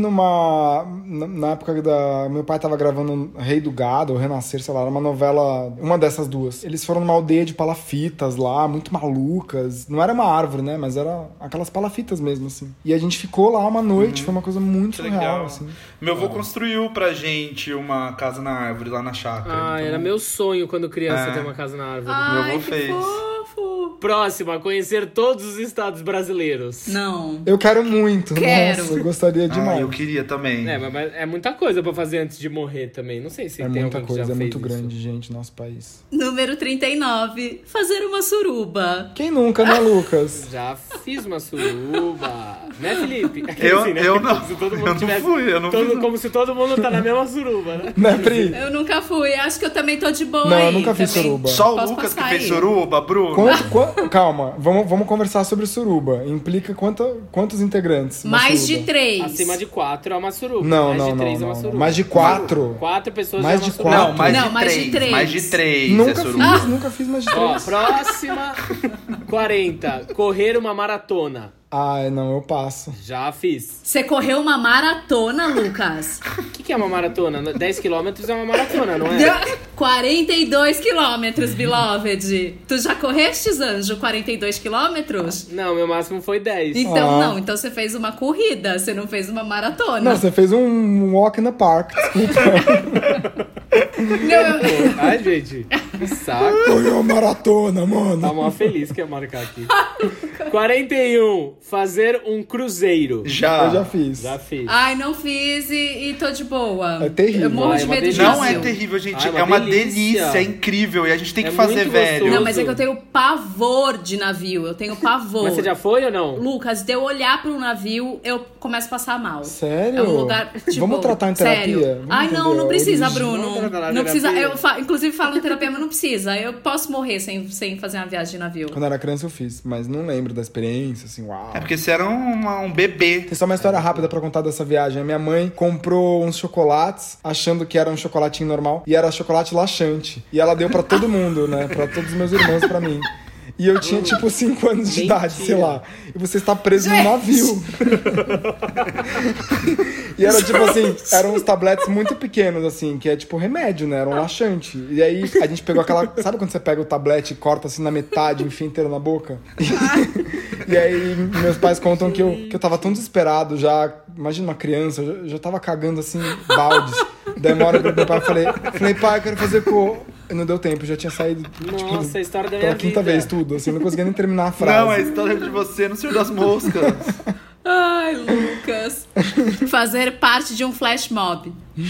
na época da... Meu pai tava gravando Rei do Gado, ou Renascer, sei lá, era uma novela, uma dessas duas. Eles foram numa aldeia de palafitas lá, muito malucas. Não era uma árvore, né? Mas era aquelas palafitas mesmo, assim. E a gente ficou lá uma noite, foi uma coisa muito surreal, assim. Meu avô construiu pra gente uma casa na árvore, lá na chácara. Era meu sonho quando criança ter uma casa na árvore. Meu avô fez. Próxima, conhecer todos os estados brasileiros. Não. Eu quero muito. Quero. Nossa, eu gostaria demais. Eu queria também. Mas é muita coisa pra fazer antes de morrer também. Não sei se tem muita alguém coisa, que já é fez muito isso. grande, gente, nosso país. Número 39. Fazer uma suruba. Quem nunca, né, Lucas? Já fiz uma suruba. Né, Felipe? Eu não. Se todo mundo Eu não fui, eu não fiz, não. Como se todo mundo tá na mesma suruba, né? Né, Pri? Eu nunca fui. Acho que eu também tô de boa Não, aí. eu nunca fiz também. suruba. Só o Posso Lucas que passar fez aí. suruba, Bruno? Calma, vamos conversar sobre suruba. Implica quantos integrantes? uma Mais de suruba? 3. Acima de 4 é uma suruba. Não, mais não, de 3 não, é uma não. suruba. Mais de 4? 4 pessoas Mais é de uma suruba. quatro? Não, mais, Não, de, mais 3, de 3. Mais de 3 Nunca é fiz, suruba. nunca fiz mais de Ó, 3. próxima. 40. Correr uma maratona. Ai, não, eu passo. Já fiz. Você correu uma maratona, Lucas? O que é uma maratona? 10 km é uma maratona, não é? 42 quilômetros, beloved. Tu já correste, Anjo, 42 quilômetros? Não, meu máximo foi 10. Então, não. Então você fez uma corrida, você não fez uma maratona. Não, você fez um walk in the park, desculpa. Ai, gente. Que saco. Foi uma maratona, Tá mano. mó feliz que ia marcar aqui. 41. Fazer um cruzeiro. Eu já Já. fiz. Já fiz. Ai, não fiz e tô de boa. É terrível. Eu morro Ai, de é uma medo de delícia. Não é navio. terrível, gente. Ai, É uma delícia. delícia, é incrível. E a gente tem que É fazer, muito velho. gostoso. Não, mas é que eu tenho pavor de navio. Eu tenho pavor. Mas você já foi ou não? Lucas, de eu olhar para um navio, eu começo a passar mal. Sério? É um lugar, tipo, Vamos tratar em terapia? sério. Vamos Ai, entender não a precisa, origem. Bruno. Vamos tratar na Não precisa. terapia? Inclusive, falo em terapia, mas não precisa. Eu posso morrer sem fazer uma viagem de navio. Quando eu era criança eu fiz, mas não lembro da experiência, assim, uau. É porque você era um bebê. Tem só uma história rápida pra contar dessa viagem. A minha mãe comprou uns chocolates, achando que era um chocolatinho normal, e era chocolate laxante. E ela deu pra todo mundo, né? Pra todos os meus irmãos, pra mim. E eu tinha, tipo, 5 anos de idade, sei lá. E você está preso num navio. E era, tipo assim, eram uns tabletes muito pequenos, assim, que é, tipo, remédio, né? Era um laxante. E aí, a gente pegou aquela... Sabe quando você pega o tablete e corta, assim, na metade, enfia inteiro na boca? E aí, meus pais contam que eu tava tão desesperado já... Imagina uma criança, eu já tava cagando, assim, baldes. Daí uma hora meu pai, falei, pai, eu quero fazer E não deu tempo, já tinha saído, Nossa, a história da pela minha quinta vida. vez tudo, assim, não conseguia nem terminar a frase. Não, é a história de você no Senhor das Moscas. Ai, Lucas. Fazer parte de um flash mob.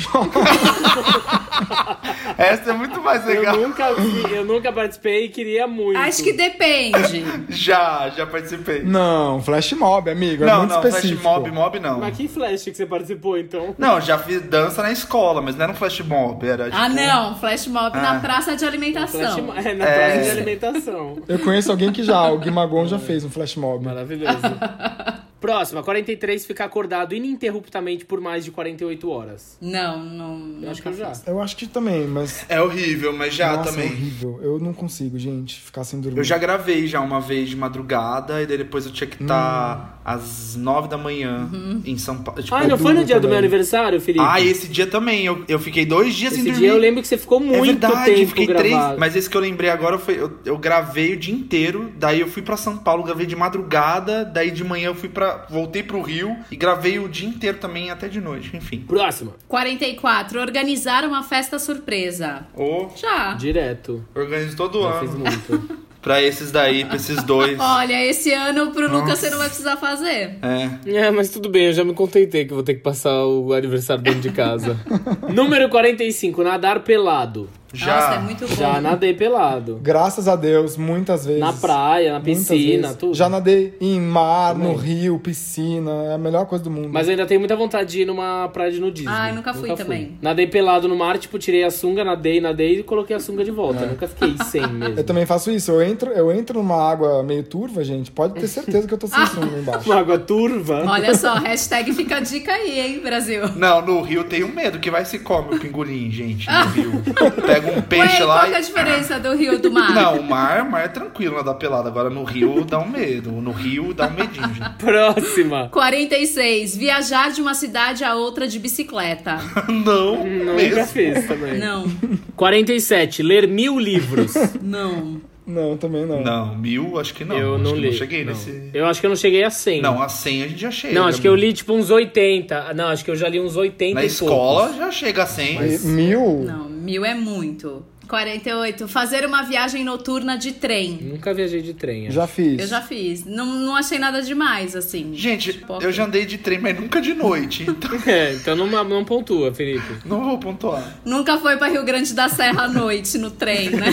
Essa é muito mais legal. Eu nunca participei e queria muito. Acho que depende. Já participei. Não, flash mob, amigo, é muito específico. Flash mob não. Mas que flash que você participou, então? Não, já fiz dança na escola, mas não era um flash mob, era tipo... Ah, não. Flash mob na praça de alimentação. Na praça de alimentação. Eu conheço alguém que o Gui Magon já fez um flash mob. Maravilhoso. Próxima, 43, ficar acordado ininterruptamente por mais de 48 horas. Não. Eu acho que eu já. Eu acho que também, mas... É horrível, mas já Nossa, também. é horrível. Eu não consigo, gente, ficar sem dormir. Eu já gravei já uma vez de madrugada e daí depois eu tinha que estar às 9 da manhã em São Paulo. Tipo, Não foi no dia do também. meu aniversário, Felipe? esse dia também. Eu fiquei 2 dias sem Esse dormir. dia eu lembro que você ficou muito tempo fiquei gravado. Mas esse que eu lembrei agora foi... Eu gravei o dia inteiro, daí eu fui pra São Paulo, gravei de madrugada, daí de manhã eu voltei pro Rio e gravei o dia inteiro também, até de noite, enfim. Próxima. 44. Organizar uma festa surpresa. Já. Direto. Organizo todo Já ano. fiz muito. Pra esses daí, pra esses dois. Olha, esse ano pro Lucas você não vai precisar fazer. Mas tudo bem, eu já me contentei que eu vou ter que passar o aniversário dentro de casa. Número 45, nadar pelado. Nossa, é muito bom. Já nadei pelado. Graças a Deus, muitas vezes. Na praia, na Muitas piscina, vezes. tudo. Já nadei em mar, Também. no rio, piscina. É a melhor coisa do mundo. Mas eu ainda tenho muita vontade de ir numa praia de nudismo. Ai, nunca fui também. Nadei pelado no mar, tipo, tirei a sunga, nadei e coloquei a sunga de volta. Nunca fiquei sem mesmo. Eu também faço isso. Eu entro numa água meio turva, gente. Pode ter certeza que eu tô sem sunga embaixo. Uma água turva. Olha só, hashtag fica a dica aí, hein, Brasil. Não, no Rio eu tenho medo que vai se come o pingolim, gente, no Rio. Pega pega um peixe lá. Qual que é a diferença do rio e do mar? Não, o mar é tranquilo, nadar pelado. Agora no rio dá um medo. No rio dá um medinho, gente. Próxima. 46. Viajar de uma cidade a outra de bicicleta. Não, Nunca fiz também. Não. 47. Ler 1000 livros. Não. Não, também não. Não, 1000 acho que não. Eu acho não que li. Não cheguei não. nesse... Eu acho que eu não cheguei a 100. Não, a 100 a gente já chega. Não, acho que eu li tipo uns 80. Não, acho que eu já li uns 80 Na e escola poucos. já chega a 100. Mas 1000? Não, 1000 é muito. 48. Fazer uma viagem noturna de trem. Nunca viajei de trem. Já fiz. Eu já fiz. Não achei nada demais, assim. Gente, Tipo, eu já andei de trem, mas nunca de noite. Então Então não pontua, Felipe. não vou pontuar. Nunca foi pra Rio Grande da Serra à noite no trem, né?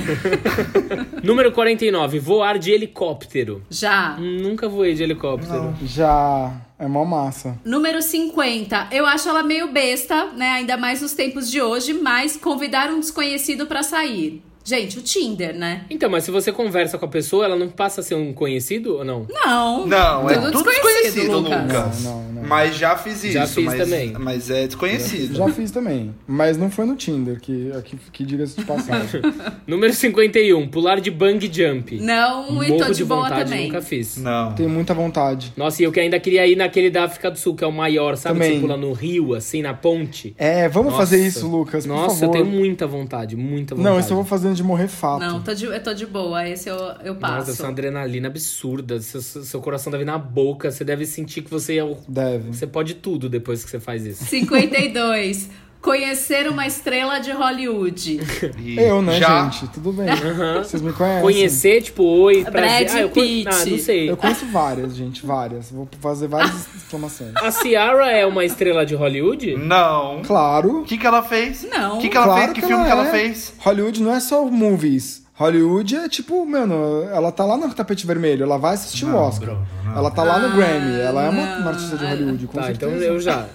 Número 49. Voar de helicóptero. Já. Nunca voei de helicóptero. Já. É mó massa. Número 50. Eu acho ela meio besta, né? Ainda mais nos tempos de hoje, mas convidar um desconhecido pra sair. Gente, o Tinder, né? Então, mas se você conversa com a pessoa, ela não passa a ser um conhecido ou não? Não. Não, é tudo desconhecido, Lucas. Lucas. Não. Mas já fiz isso. Já fiz mas, também. Mas é desconhecido. Já fiz também. Mas não foi no Tinder, que diga-se de passagem. Número 51. Pular de bungee jump. Não, e tô Morro de de boa vontade, também. nunca fiz. Não. Tenho muita vontade. Nossa, e eu que ainda queria ir naquele da África do Sul, que é o maior, sabe? Também. Que você pula no rio, assim, na ponte. É, vamos Nossa. fazer isso, Lucas, por Nossa, favor. eu tenho muita vontade, muita vontade. Não, isso eu vou fazendo de morrer fato. Não, eu tô de boa. Esse eu passo. Nossa, essa adrenalina absurda. Seu coração deve ir na boca. Você deve sentir que você é o... Deve. Você pode tudo depois que você faz isso. 52. Conhecer uma estrela de Hollywood. E Eu, né, já... gente? Tudo bem. Vocês me conhecem. Conhecer, tipo, oi, prazer. Brad Pitt. Não sei. Eu conheço várias, gente, várias. Vou fazer várias exclamações. A Ciara é uma estrela de Hollywood? Não. Claro. O que ela fez? Não. O que ela Claro fez? Que filme que ela fez? Hollywood não é só movies. Hollywood é tipo, mano, ela tá lá no tapete vermelho, ela vai assistir o Oscar. Bruno, não. Ela tá lá no Grammy, ela é uma artista de Hollywood, com Tá, então certeza. eu já.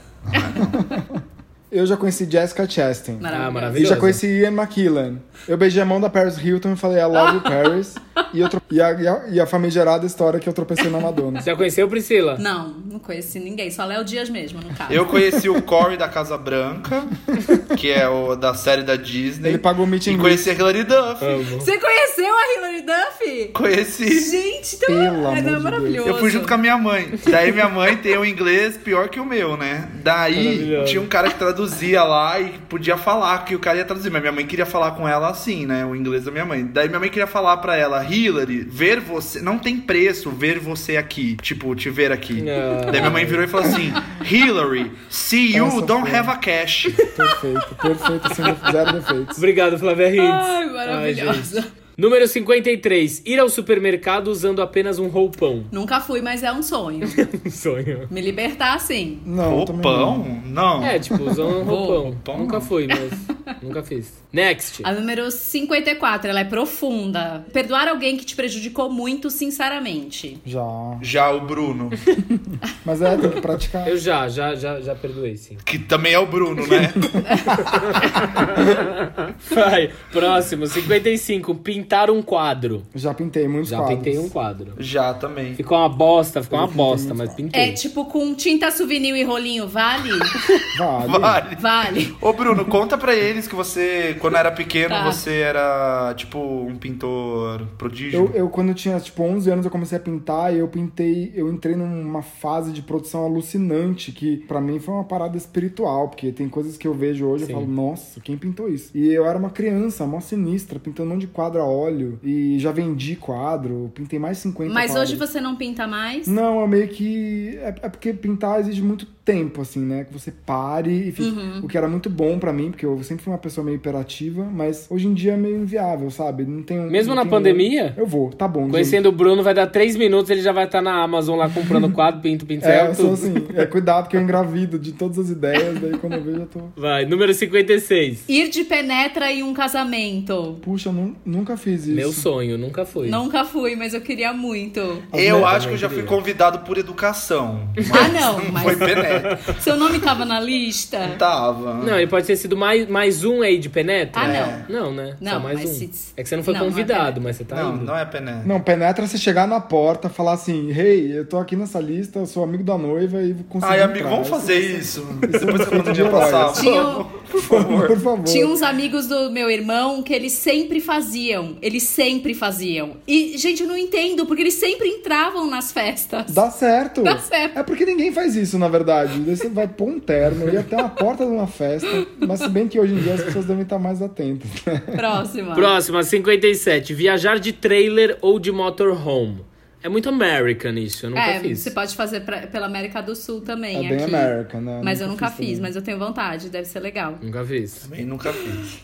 Eu já conheci Jessica Chastain. Ah, E maravilhoso. já conheci Ian McKellen. Eu beijei a mão da Paris Hilton e falei, I love you, Paris. E a famigerada história que eu tropecei na Madonna. Já conheceu, Priscila? Não conheci ninguém. Só Léo Dias mesmo, no caso. Eu conheci o Corey da Casa Branca, que é o da série da Disney. Ele pagou meet and E greet. conheci a Hilary Duff. Amo. Você conheceu a Hilary Duff? Conheci. Gente, então Pelo amor de maravilhoso. Eu fui junto com a minha mãe. Daí minha mãe tem um inglês pior que o meu, né? Daí Maravilhoso. tinha um cara que traduzia lá e podia falar que o cara ia traduzir. Mas minha mãe queria falar com ela assim, né? O inglês da minha mãe. Daí minha mãe queria falar pra ela, Hilary, ver você... Não tem preço ver você aqui. Tipo, te ver aqui. Não. Daí minha mãe virou e falou assim, Hilary, see you, Essa don't foi. have a cash. Perfeito, sem zero defeitos. Obrigado, Flávia Hintz. Ai, maravilhosa. gente. Número 53. Ir ao supermercado usando apenas um roupão. Nunca fui, mas é um sonho. Um sonho. Me libertar, assim. Não, também não. Roupão? Não. É, tipo, usando um roupão. Roupão Nunca não. fui, mas nunca fiz. Next. A número 54, ela é profunda. Perdoar alguém que te prejudicou muito, sinceramente. Já o Bruno, Mas tem que praticar. Eu já perdoei, sim. que também é o Bruno, né? Vai, próximo. 55. Pintar um quadro. Já pintei muitos Já quadros. pintei um quadro. Já também. Ficou uma bosta, pintei mas pintei. É tipo com tinta souvenir e rolinho, vale? Vale. Vale. Vale. Ô, Bruno, conta pra eles que você, quando era pequeno, Tá. você era, tipo, um pintor prodígio. Eu quando eu tinha, 11 anos, eu comecei a pintar e eu entrei numa fase de produção alucinante que pra mim foi uma parada espiritual, porque tem coisas que eu vejo hoje Sim. e falo, nossa, quem pintou isso? E eu era uma criança, mó sinistra, pintando um monte de quadro a óleo e já vendi quadro, pintei mais 50 Mas quadros. hoje você não pinta mais? Não, é meio que... É porque pintar exige muito tempo, assim, né? Que você pare e fique... O que era muito bom pra mim, porque eu sempre fui uma pessoa meio hiperativa, mas hoje em dia é meio inviável, sabe? Não tenho... Mesmo não na tenho- pandemia? Eu vou, tá bom, gente. Conhecendo o Bruno, vai dar 3 minutos, ele já vai estar na Amazon lá comprando quadro, pincel, É, eu sou tudo. assim, cuidado que eu engravido de todas as ideias, daí quando eu vejo eu tô... Vai, número 56. Ir de penetra em um casamento. Puxa, eu nunca fiz isso. Meu sonho, nunca fui. Nunca fui, mas eu queria muito. Eu As acho que eu já fui queria. convidado por educação. Mas Ah, não, não mas- foi penetra. Seu nome tava na lista? Tava. Não, ele pode ter sido mais um aí de penetra? Ah, não. Não, né? Não, Só mais mas um. se- É que você não foi não, não é convidado, penetra. mas você tá Não, indo. não é penetra. Não, penetra você chegar na porta, falar assim, hey, eu tô aqui nessa lista, eu sou amigo da noiva e vou conseguir Ai, amigo, entrar. vamos fazer isso. Isso é Depois que eu feito não de dia herói, passar. assim. Tinha, favor. Por favor. Tinha uns amigos do meu irmão que eles sempre faziam. E, gente, eu não entendo, porque eles sempre entravam nas festas. Dá certo. Dá certo. É porque ninguém faz isso, na verdade. Daí você vai pôr um terno, ir até uma porta de uma festa. Mas se bem que hoje em dia as pessoas devem estar mais atentas. Próxima, 57. Viajar de trailer ou de motorhome. É muito American isso, eu nunca fiz. Você pode fazer pela América do Sul também. É bem aqui. American, né? Mas eu nunca fiz, mas eu tenho vontade, deve ser legal. Nunca fiz. Também nunca fiz.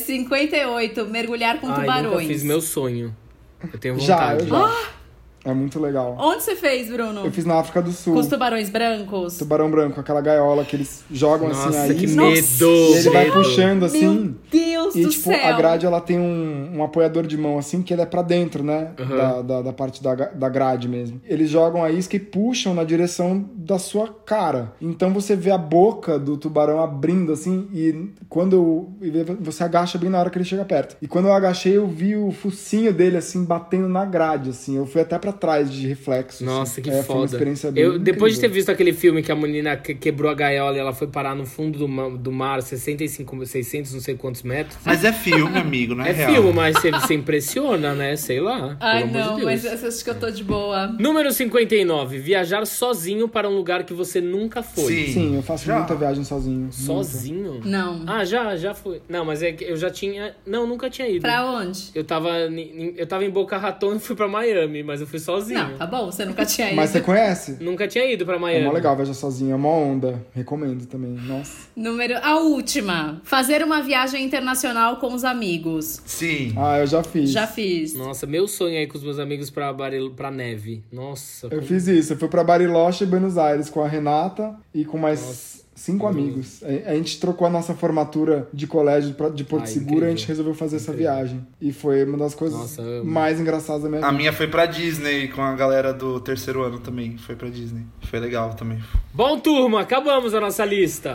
58, mergulhar com tubarões. Nunca fiz, meu sonho. Eu tenho vontade. Já. É muito legal. Onde você fez, Bruno? Eu fiz na África do Sul. Com os tubarões brancos? Tubarão branco, aquela gaiola que eles jogam Nossa, assim aí. que Nossa, medo! E ele vai medo. puxando assim. Meu Deus e, do tipo, céu! a grade, ela tem um apoiador de mão, assim, que ele é pra dentro, né? Da parte da grade mesmo. Eles jogam a isca e puxam na direção da sua cara. Então você vê a boca do tubarão abrindo, assim, e quando você agacha bem na hora que ele chega perto. E quando eu agachei, eu vi o focinho dele, assim, batendo na grade, assim. Eu fui até pra trás de reflexo. Nossa, assim. que foda. Foi uma experiência bem depois de ter incrível. visto aquele filme que a menina quebrou a gaiola e ela foi parar no fundo do mar, 65, 600, não sei quantos metros. Mas é filme, amigo, não é real. É filme, mas você impressiona, né? Sei lá. Ai, pelo amor não, de Deus. mas acho que eu tô de boa. Número 59. Viajar sozinho para um lugar que você nunca foi. Sim, eu faço muita viagem sozinho. Sozinho? Não. Ah, já fui. Não, mas é que eu já tinha... Não, nunca tinha ido. Pra onde? Eu tava em Boca Raton e fui pra Miami, mas eu fui sozinho. Não, tá bom, você nunca tinha ido. Mas você conhece? Nunca tinha ido pra Miami. É mó legal viajar sozinho, é mó onda. Recomendo também, nossa. A última. Fazer uma viagem internacional com os amigos. Sim. Ah, eu já fiz. Já fiz. Nossa, meu sonho é ir com os meus amigos pra neve. Nossa. Eu fiz isso, eu fui pra Bariloche e Buenos Aires com a Renata e com mais 5 amigos. A gente trocou a nossa formatura de colégio de Porto Seguro incrível. e a gente resolveu fazer essa viagem. E foi uma das coisas mais engraçadas da minha vida. A minha foi pra Disney, com a galera do terceiro ano também. Foi pra Disney. Foi legal também. Bom, turma, acabamos a nossa lista.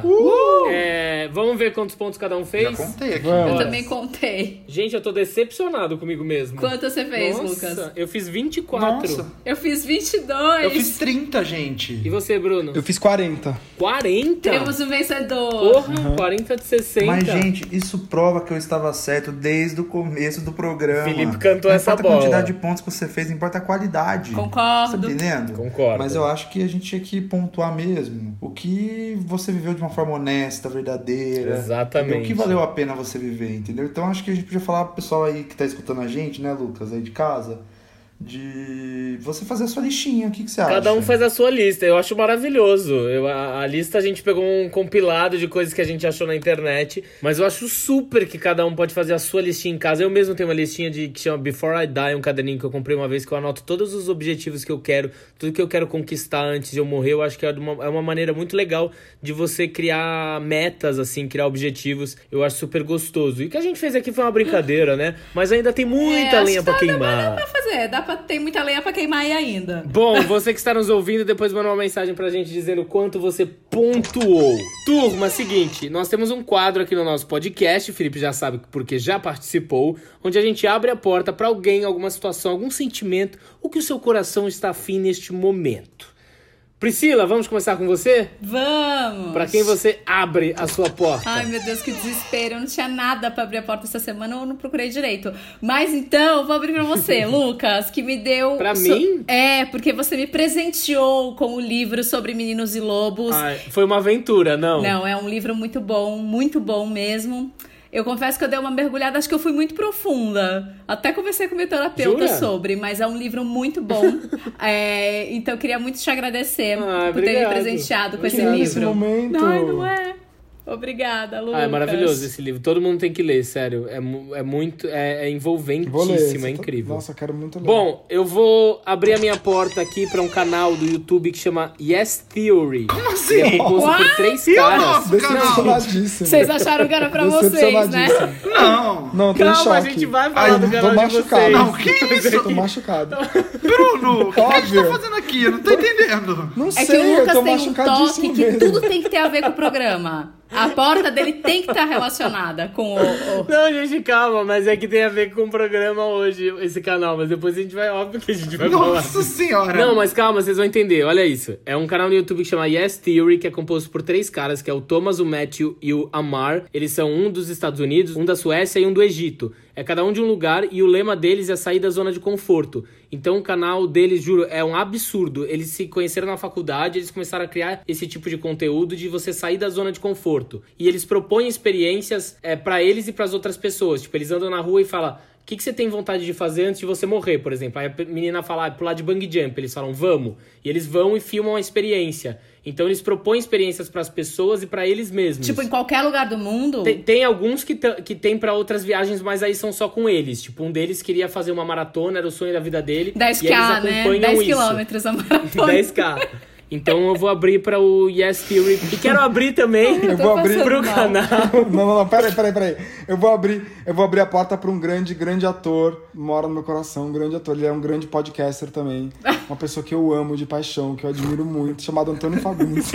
Vamos ver quantos pontos cada um fez? Já contei aqui. Vamos. Eu também contei. Gente, eu tô decepcionado comigo mesmo. Quanto você fez, Nossa, Lucas? eu fiz 24. Nossa, Eu fiz 22. eu fiz 30, gente. E você, Bruno? Eu fiz 40. 40? Temos um vencedor. Porra, 40 de 60. Mas, gente, isso prova que eu estava certo desde o começo do programa. Felipe cantou não essa importa bola. a quantidade de pontos que você fez, importa a qualidade. Concordo. Tá entendendo? Concordo. Mas eu acho que a gente tinha que pontuar mesmo. O que você viveu de uma forma honesta, verdadeira. Exatamente. Entendeu? O que valeu a pena você viver, entendeu? Então acho que a gente podia falar pro pessoal aí que tá escutando a gente, né, Lucas, aí de casa, de você fazer a sua listinha. O que você acha? Cada um faz a sua lista, eu acho maravilhoso. A lista a gente pegou um compilado de coisas que a gente achou na internet, mas eu acho super que cada um pode fazer a sua listinha em casa. Eu mesmo tenho uma listinha que chama Before I Die, um caderninho que eu comprei uma vez, que eu anoto todos os objetivos que eu quero, tudo que eu quero conquistar antes de eu morrer. Eu acho que é uma maneira muito legal de você criar metas, assim, criar objetivos. Eu acho super gostoso. E o que a gente fez aqui foi uma brincadeira, né? Mas ainda tem muita lenha pra queimar. Dá pra fazer, tem muita lenha pra queimar aí ainda. Bom, você que está nos ouvindo, depois manda uma mensagem pra gente dizendo quanto você pontuou. Turma, seguinte, nós temos um quadro aqui no nosso podcast, o Felipe já sabe porque já participou, onde a gente abre a porta pra alguém, alguma situação, algum sentimento, o que o seu coração está afim neste momento. Priscila, vamos começar com você? Vamos! Pra quem você abre a sua porta? Ai, meu Deus, que desespero. Eu não tinha nada pra abrir a porta essa semana, eu não procurei direito. Mas então, eu vou abrir pra você, Lucas, que me deu... Pra mim? É, porque você me presenteou com o livro sobre Meninos e Lobos. Ai, foi uma aventura, não? Não, é um livro muito bom mesmo. Eu confesso que eu dei uma mergulhada, acho que eu fui muito profunda. Até conversei com o meu terapeuta sobre, mas é um livro muito bom. Então eu queria muito te agradecer por ter me presenteado com esse livro. Esse momento. Ai, não é? Obrigada, Lucas. É maravilhoso esse livro. Todo mundo tem que ler, sério. É envolventíssimo, é incrível. Nossa, eu quero muito ler. Bom, eu vou abrir a minha porta aqui pra um canal do YouTube que chama Yes Theory. Como assim? Ele é composto por 3 caras. Decepcionadíssimo. Vocês acharam que era pra vocês, né? Não, tô em Calma, choque. a gente vai falar do canal tô de machucado. vocês. Não, que isso? Tô machucado. Bruno, o que a gente Óbvio. tá fazendo aqui? Eu não tô entendendo. Não É sei, que o eu Lucas tô tem um machucadíssimo toque que mesmo. tudo tem que ter a ver com o programa. A porta dele tem que estar relacionada com o... Não, gente, calma, mas é que tem a ver com o programa hoje, esse canal. Mas depois a gente vai, óbvio que a gente vai falar. Nossa senhora! Não, mas calma, vocês vão entender. Olha isso. É um canal no YouTube que chama Yes Theory, que é composto por 3 caras, que é o Thomas, o Matthew e o Amar. Eles são um dos Estados Unidos, um da Suécia e um do Egito. É cada um de um lugar e o lema deles é sair da zona de conforto. Então o canal deles, juro, é um absurdo. Eles se conheceram na faculdade, eles começaram a criar esse tipo de conteúdo de você sair da zona de conforto. E eles propõem experiências pra eles e pras outras pessoas. Tipo, eles andam na rua e falam... O que você tem vontade de fazer antes de você morrer, por exemplo? Aí a menina fala, pular de bungee jump. Eles falam, vamos. E eles vão e filmam a experiência. Então eles propõem experiências pras pessoas e pra eles mesmos. Tipo, em qualquer lugar do mundo? Tem alguns que tem pra outras viagens, mas aí são só com eles. Tipo, um deles queria fazer uma maratona, era o sonho da vida dele. 10K, né? 10 quilômetros a maratona. 10K. Então eu vou abrir para o Yes Theory. E quero abrir também pro canal. Não, peraí. Eu vou abrir a porta para um grande ator. Mora no meu coração, um grande ator. Ele é um grande podcaster também. Uma pessoa que eu amo de paixão, que eu admiro muito, chamado Antônio Fagundes.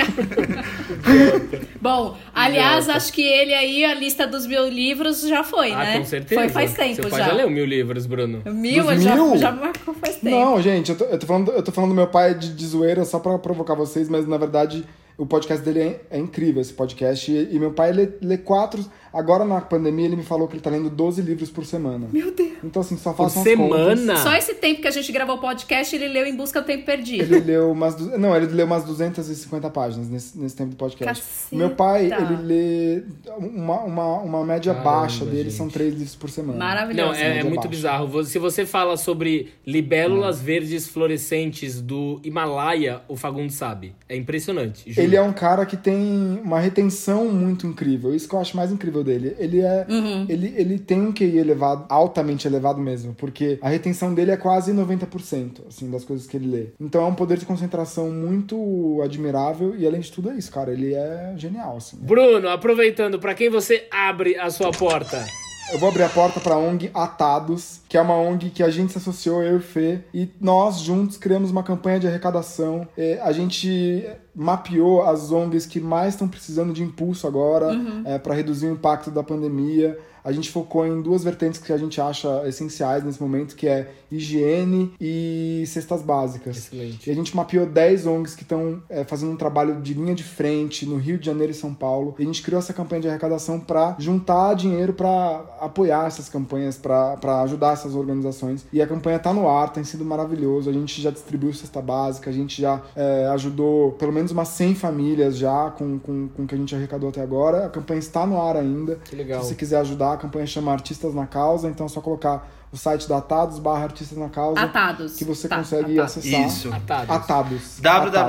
Bom, aliás, acho que ele aí, a lista dos 1000 livros já foi, né? Com certeza. Foi faz tempo Você já. já leu 1000 livros, Bruno? 1000? Já marcou faz tempo. Não, gente, eu tô falando do meu pai de zoeira só pra provocar vocês, mas na verdade o podcast dele é incrível, esse podcast. E meu pai lê 4... Agora, na pandemia, ele me falou que ele tá lendo 12 livros por semana. Meu Deus! Então, assim, só façam as contas. Só esse tempo que a gente gravou o podcast, ele leu Em Busca do Tempo Perdido. Ele leu umas 250 páginas nesse tempo do podcast. Caceta. Meu pai, ele lê uma média baixa dele, gente. São 3 livros por semana. Maravilhoso. Não, é muito bizarro. Se você fala sobre libélulas verdes fluorescentes do Himalaia, o Fagundes sabe. É impressionante. Juro. Ele é um cara que tem uma retenção muito incrível. Isso que eu acho mais incrível dele. Ele tem um QI elevado, altamente elevado mesmo, porque a retenção dele é quase 90%, assim, das coisas que ele lê. Então é um poder de concentração muito admirável e, além de tudo, é isso, cara. Ele é genial, assim. Bruno, aproveitando, pra quem você abre a sua porta? Eu vou abrir a porta pra ONG Atados, que é uma ONG que a gente se associou, eu e o Fê, e nós juntos criamos uma campanha de arrecadação. A gente mapeou as ONGs que mais estão precisando de impulso agora, para reduzir o impacto da pandemia. A gente focou em 2 vertentes que a gente acha essenciais nesse momento, que é higiene e cestas básicas. Excelente. E a gente mapeou 10 ONGs que estão fazendo um trabalho de linha de frente no Rio de Janeiro e São Paulo. E a gente criou essa campanha de arrecadação para juntar dinheiro para apoiar essas campanhas, para ajudar essas organizações. E a campanha está no ar, tem sido maravilhoso. A gente já distribuiu cesta básica, a gente já ajudou pelo menos umas 100 famílias já com o que a gente arrecadou até agora. A campanha está no ar ainda. Que legal. Se você quiser ajudar, a campanha chama Artistas na Causa, então é só colocar o site da Atados/Artistas na Causa. Atados. Que você consegue acessar. Isso. Atados.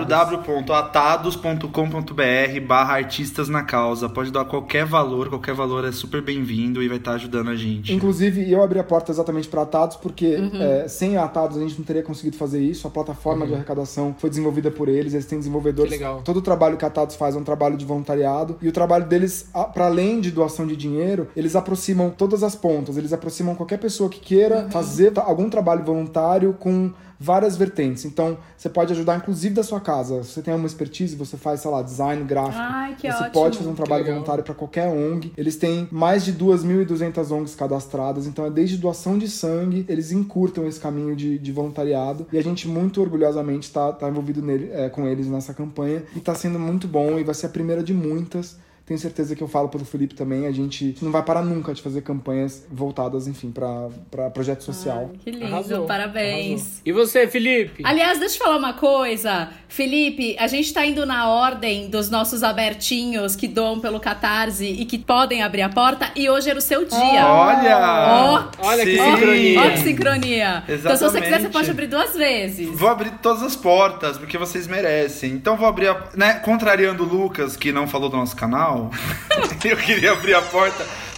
www.atados.com.br/artistas na causa. Pode dar qualquer valor é super bem-vindo e vai estar ajudando a gente. Inclusive, eu abri a porta exatamente para Atados, porque sem a Atados a gente não teria conseguido fazer isso. A plataforma de arrecadação foi desenvolvida por eles têm desenvolvedores. Que legal. Todo o trabalho que a Atados faz é um trabalho de voluntariado. E o trabalho deles, para além de doação de dinheiro, eles aproximam todas as pontas. Eles aproximam qualquer pessoa que queira fazer algum trabalho voluntário com várias vertentes. Então, você pode ajudar inclusive da sua casa. Se você tem uma expertise, você faz, sei lá, design gráfico. Ai, que você ótimo. pode fazer um trabalho voluntário para qualquer ONG. Eles têm mais de 2.200 ONGs cadastradas. Então, é desde doação de sangue, eles encurtam esse caminho de voluntariado. E a gente, muito orgulhosamente, tá envolvido com eles nessa campanha. E tá sendo muito bom e vai ser a primeira de muitas. Tenho certeza que eu falo pelo Felipe também, a gente não vai parar nunca de fazer campanhas voltadas, enfim, pra projeto social. Ai, que lindo, Arrasou, parabéns. Arrasou. E você, Felipe? Aliás, deixa eu falar uma coisa. Felipe, a gente tá indo na ordem dos nossos abertinhos que doam pelo Catarse e que podem abrir a porta, e hoje era o seu dia. Olha! Olha que Sim. sincronia. Olha que sincronia. Exatamente. Então, se você quiser, você pode abrir 2 vezes. Vou abrir todas as portas, porque vocês merecem. Então vou abrir, contrariando o Lucas, que não falou do nosso canal, eu queria abrir a porta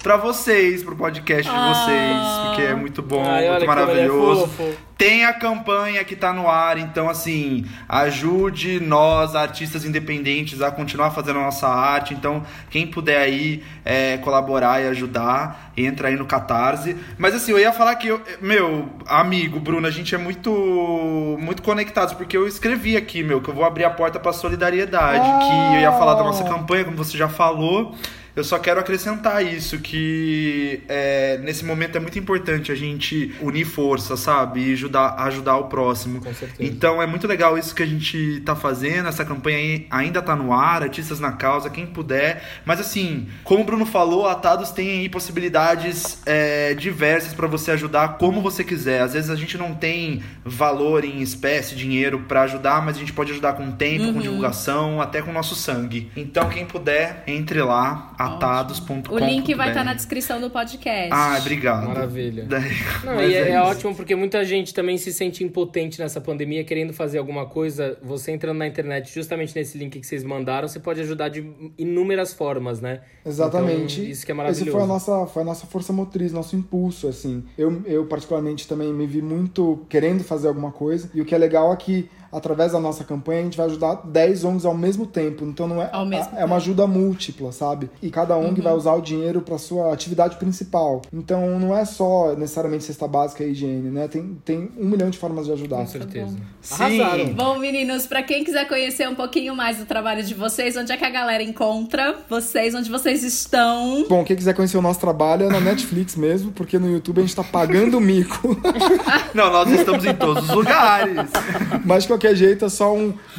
pra vocês, pro podcast de vocês, porque é muito bom, muito maravilhoso. Tem a campanha que tá no ar, então assim, ajude nós, artistas independentes, a continuar fazendo a nossa arte. Então, quem puder aí colaborar e ajudar, entra aí no Catarse. Mas assim, eu ia falar que, meu amigo Bruno, a gente é muito conectados, porque eu escrevi aqui, que eu vou abrir a porta pra solidariedade, que eu ia falar da nossa campanha, como você já falou. Eu só quero acrescentar isso, que nesse momento é muito importante a gente unir força, sabe? E ajudar o próximo. Com certeza. Então é muito legal isso que a gente tá fazendo, essa campanha ainda tá no ar, Artistas na Causa, quem puder. Mas assim, como o Bruno falou, a Atados tem aí possibilidades diversas para você ajudar como você quiser. Às vezes a gente não tem valor em espécie, dinheiro para ajudar, mas a gente pode ajudar com tempo, com divulgação, até com o nosso sangue. Então quem puder, entre lá, atados.com.br. O link vai estar na descrição do podcast. Ah, obrigado. Maravilha. Não, e é ótimo porque muita gente também se sente impotente nessa pandemia, querendo fazer alguma coisa. Você entrando na internet, justamente nesse link que vocês mandaram, você pode ajudar de inúmeras formas, né? Exatamente. Então, isso que é maravilhoso. Esse foi a nossa força motriz, nosso impulso, assim. Eu particularmente também me vi muito querendo fazer alguma coisa. E o que é legal é que através da nossa campanha, a gente vai ajudar 10 ONGs ao mesmo tempo. Então não é uma ajuda múltipla, sabe? E cada ONG vai usar o dinheiro para sua atividade principal. Então não é só necessariamente cesta básica e higiene, né? Tem 1 milhão de formas de ajudar. Com certeza. Sim. Bom, meninos, para quem quiser conhecer um pouquinho mais do trabalho de vocês, onde é que a galera encontra vocês, onde vocês estão? Bom, quem quiser conhecer o nosso trabalho é na Netflix mesmo, porque no YouTube a gente tá pagando mico. Não, nós estamos em todos os lugares. Mas de qualquer jeito é só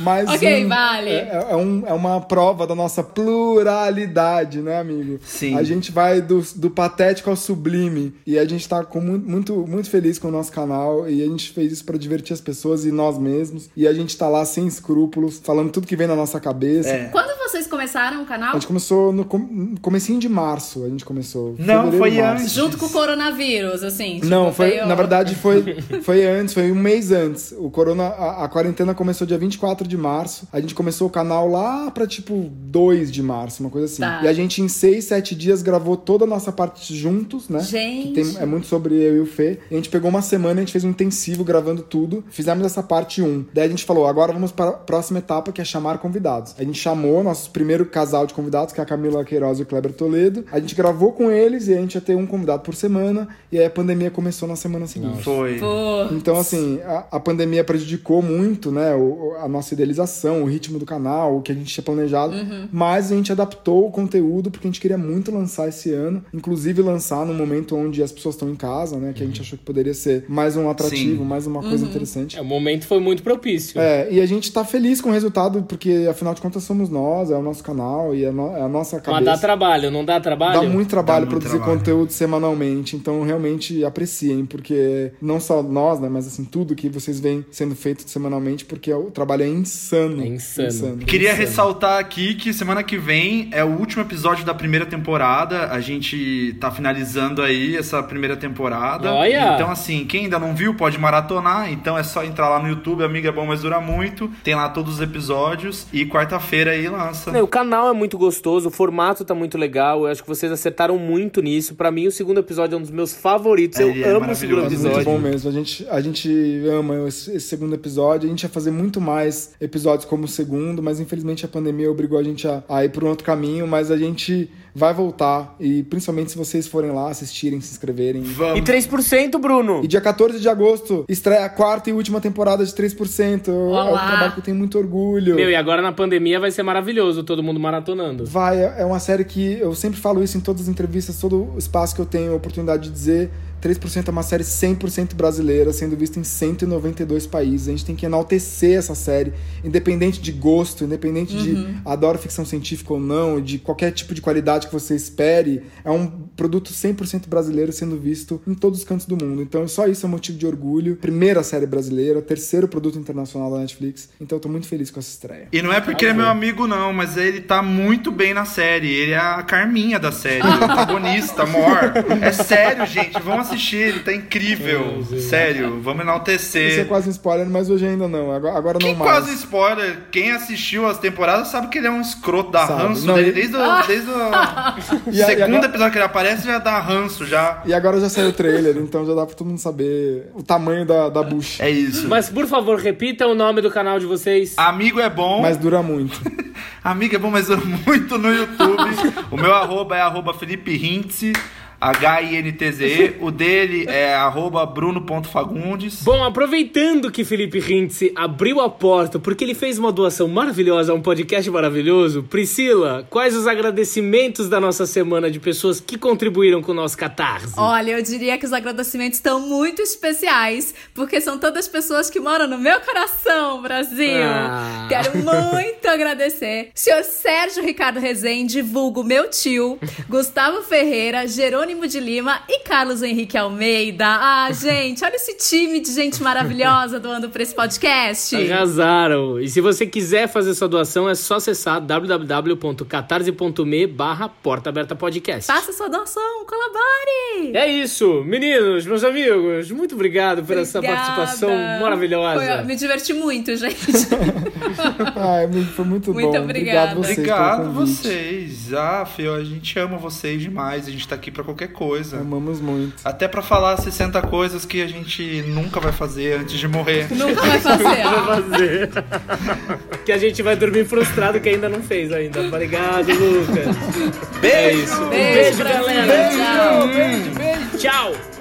vale. É uma prova da nossa pluralidade, né, amigo? Sim. A gente vai do patético ao sublime. E a gente tá muito, muito feliz com o nosso canal. E a gente fez isso pra divertir as pessoas e nós mesmos. E a gente tá lá sem escrúpulos, falando tudo que vem na nossa cabeça. Quando vocês começaram o canal? A gente começou no comecinho de março. A gente começou. Não, foi antes. Junto com o coronavírus, assim. Não, na verdade foi antes, foi um mês antes. A quarentena começou dia 24 de março. A gente começou o canal lá pra 2 de março, uma coisa assim. Tá. E a gente em 6, 7 dias gravou toda a nossa parte juntos, né? Gente! Que é muito sobre eu e o Fê. E a gente pegou uma semana, a gente fez um intensivo gravando tudo. Fizemos essa parte 1. Daí a gente falou, agora vamos para a próxima etapa, que é chamar convidados. A gente chamou nosso primeiro casal de convidados, que é a Camila Queiroz e o Kleber Toledo. A gente gravou com eles e a gente ia ter um convidado por semana. E aí a pandemia começou na semana seguinte. Foi. Então, assim, a pandemia prejudicou muito, né? A nossa idealização, o ritmo do canal, o que a gente tinha planejado. Mas a gente adaptou o conteúdo porque a gente queria muito lançar esse ano. Inclusive lançar no momento onde as pessoas estão em casa, né? Que a gente achou que poderia ser mais um atrativo, mais uma coisa interessante. O momento foi muito propício. E a gente tá feliz com o resultado porque, afinal de contas, somos nós, é o nosso canal e é a nossa cabeça. Mas dá trabalho, não dá trabalho? Dá muito trabalho produzir conteúdo semanalmente. Então, realmente, apreciem, porque não só nós, né? Mas, assim, tudo que vocês veem sendo feito semanalmente, porque o trabalho é insano. É insano. Queria ressaltar aqui que semana que vem é o último episódio da primeira temporada. A gente tá finalizando aí essa primeira temporada. Olha! Então, assim, quem ainda não viu pode maratonar. Então é só entrar lá no YouTube, Amiga é Bom, Mas Dura Muito. Tem lá todos os episódios. E quarta-feira aí lança. O canal é muito gostoso, o formato tá muito legal. Eu acho que vocês acertaram muito nisso. Pra mim, o segundo episódio é um dos meus favoritos. Eu amo o segundo episódio. É muito bom mesmo. A gente ama esse segundo episódio. A gente ia fazer muito mais episódios como o segundo, mas infelizmente a pandemia obrigou a gente a ir por um outro caminho, mas a gente vai voltar, e principalmente se vocês forem lá assistirem, se inscreverem. Vamos. E 3%, Bruno! E dia 14 de agosto estreia a 4ª e última temporada de 3%. Olá. É um trabalho que eu tenho muito orgulho. E agora na pandemia vai ser maravilhoso, todo mundo maratonando. É uma série que eu sempre falo isso em todas as entrevistas, todo o espaço que eu tenho a oportunidade de dizer. 3% é uma série 100% brasileira, sendo vista em 192 países. A gente tem que enaltecer essa série, independente de gosto, independente de adoro ficção científica ou não, de qualquer tipo de qualidade que você espere. É um produto 100% brasileiro sendo visto em todos os cantos do mundo. Então, só isso é motivo de orgulho. Primeira série brasileira, terceiro produto internacional da Netflix. Então, eu tô muito feliz com essa estreia. E não é porque ele é meu amigo, não, mas ele tá muito bem na série. Ele é a Carminha da série, o protagonista, amor. É sério, gente. Vamos assistir, ele tá incrível. Sério, vamos enaltecer. Isso é quase um spoiler, mas hoje ainda não. Agora não mais. Quase spoiler. Quem assistiu as temporadas sabe que ele é um escroto, dá ranço dele desde o segundo episódio que ele aparece, já dá ranço já. E agora já saiu o trailer, então já dá pra todo mundo saber o tamanho da bucha. É isso. Mas, por favor, repita o nome do canal de vocês. Amigo é bom. Mas dura muito. Amigo é bom, mas dura muito no YouTube. O meu arroba é @Felipe Hintze. HINTZE, o dele é @Bruno.Fagundes. Bom, aproveitando que Felipe Hintze abriu a porta porque ele fez uma doação maravilhosa a um podcast maravilhoso, Priscila, quais os agradecimentos da nossa semana de pessoas que contribuíram com o nosso Catarse? Olha, eu diria que os agradecimentos estão muito especiais, porque são todas pessoas que moram no meu coração, Brasil. Quero muito agradecer. Senhor Sérgio Ricardo Rezende, vulgo meu tio, Gustavo Ferreira, Jerônimo de Lima e Carlos Henrique Almeida. Gente, olha esse time de gente maravilhosa doando pra esse podcast. Arrasaram! E se você quiser fazer sua doação, é só acessar www.catarse.me/Porta Aberta Podcast. Faça sua doação, colabore! É isso, meninos, meus amigos, muito obrigado por essa participação maravilhosa. Me diverti muito, gente. Foi muito bom. Muito obrigada. Obrigado vocês. Fio, a gente ama vocês demais. A gente tá aqui pra qualquer coisa. Amamos muito. Até pra falar 60 coisas que a gente nunca vai fazer antes de morrer. Nunca vai fazer. Que a gente vai dormir frustrado que ainda não fez ainda. Obrigado, Lucas. Beijo. É isso. Beijo, galera. Beijo. Tchau.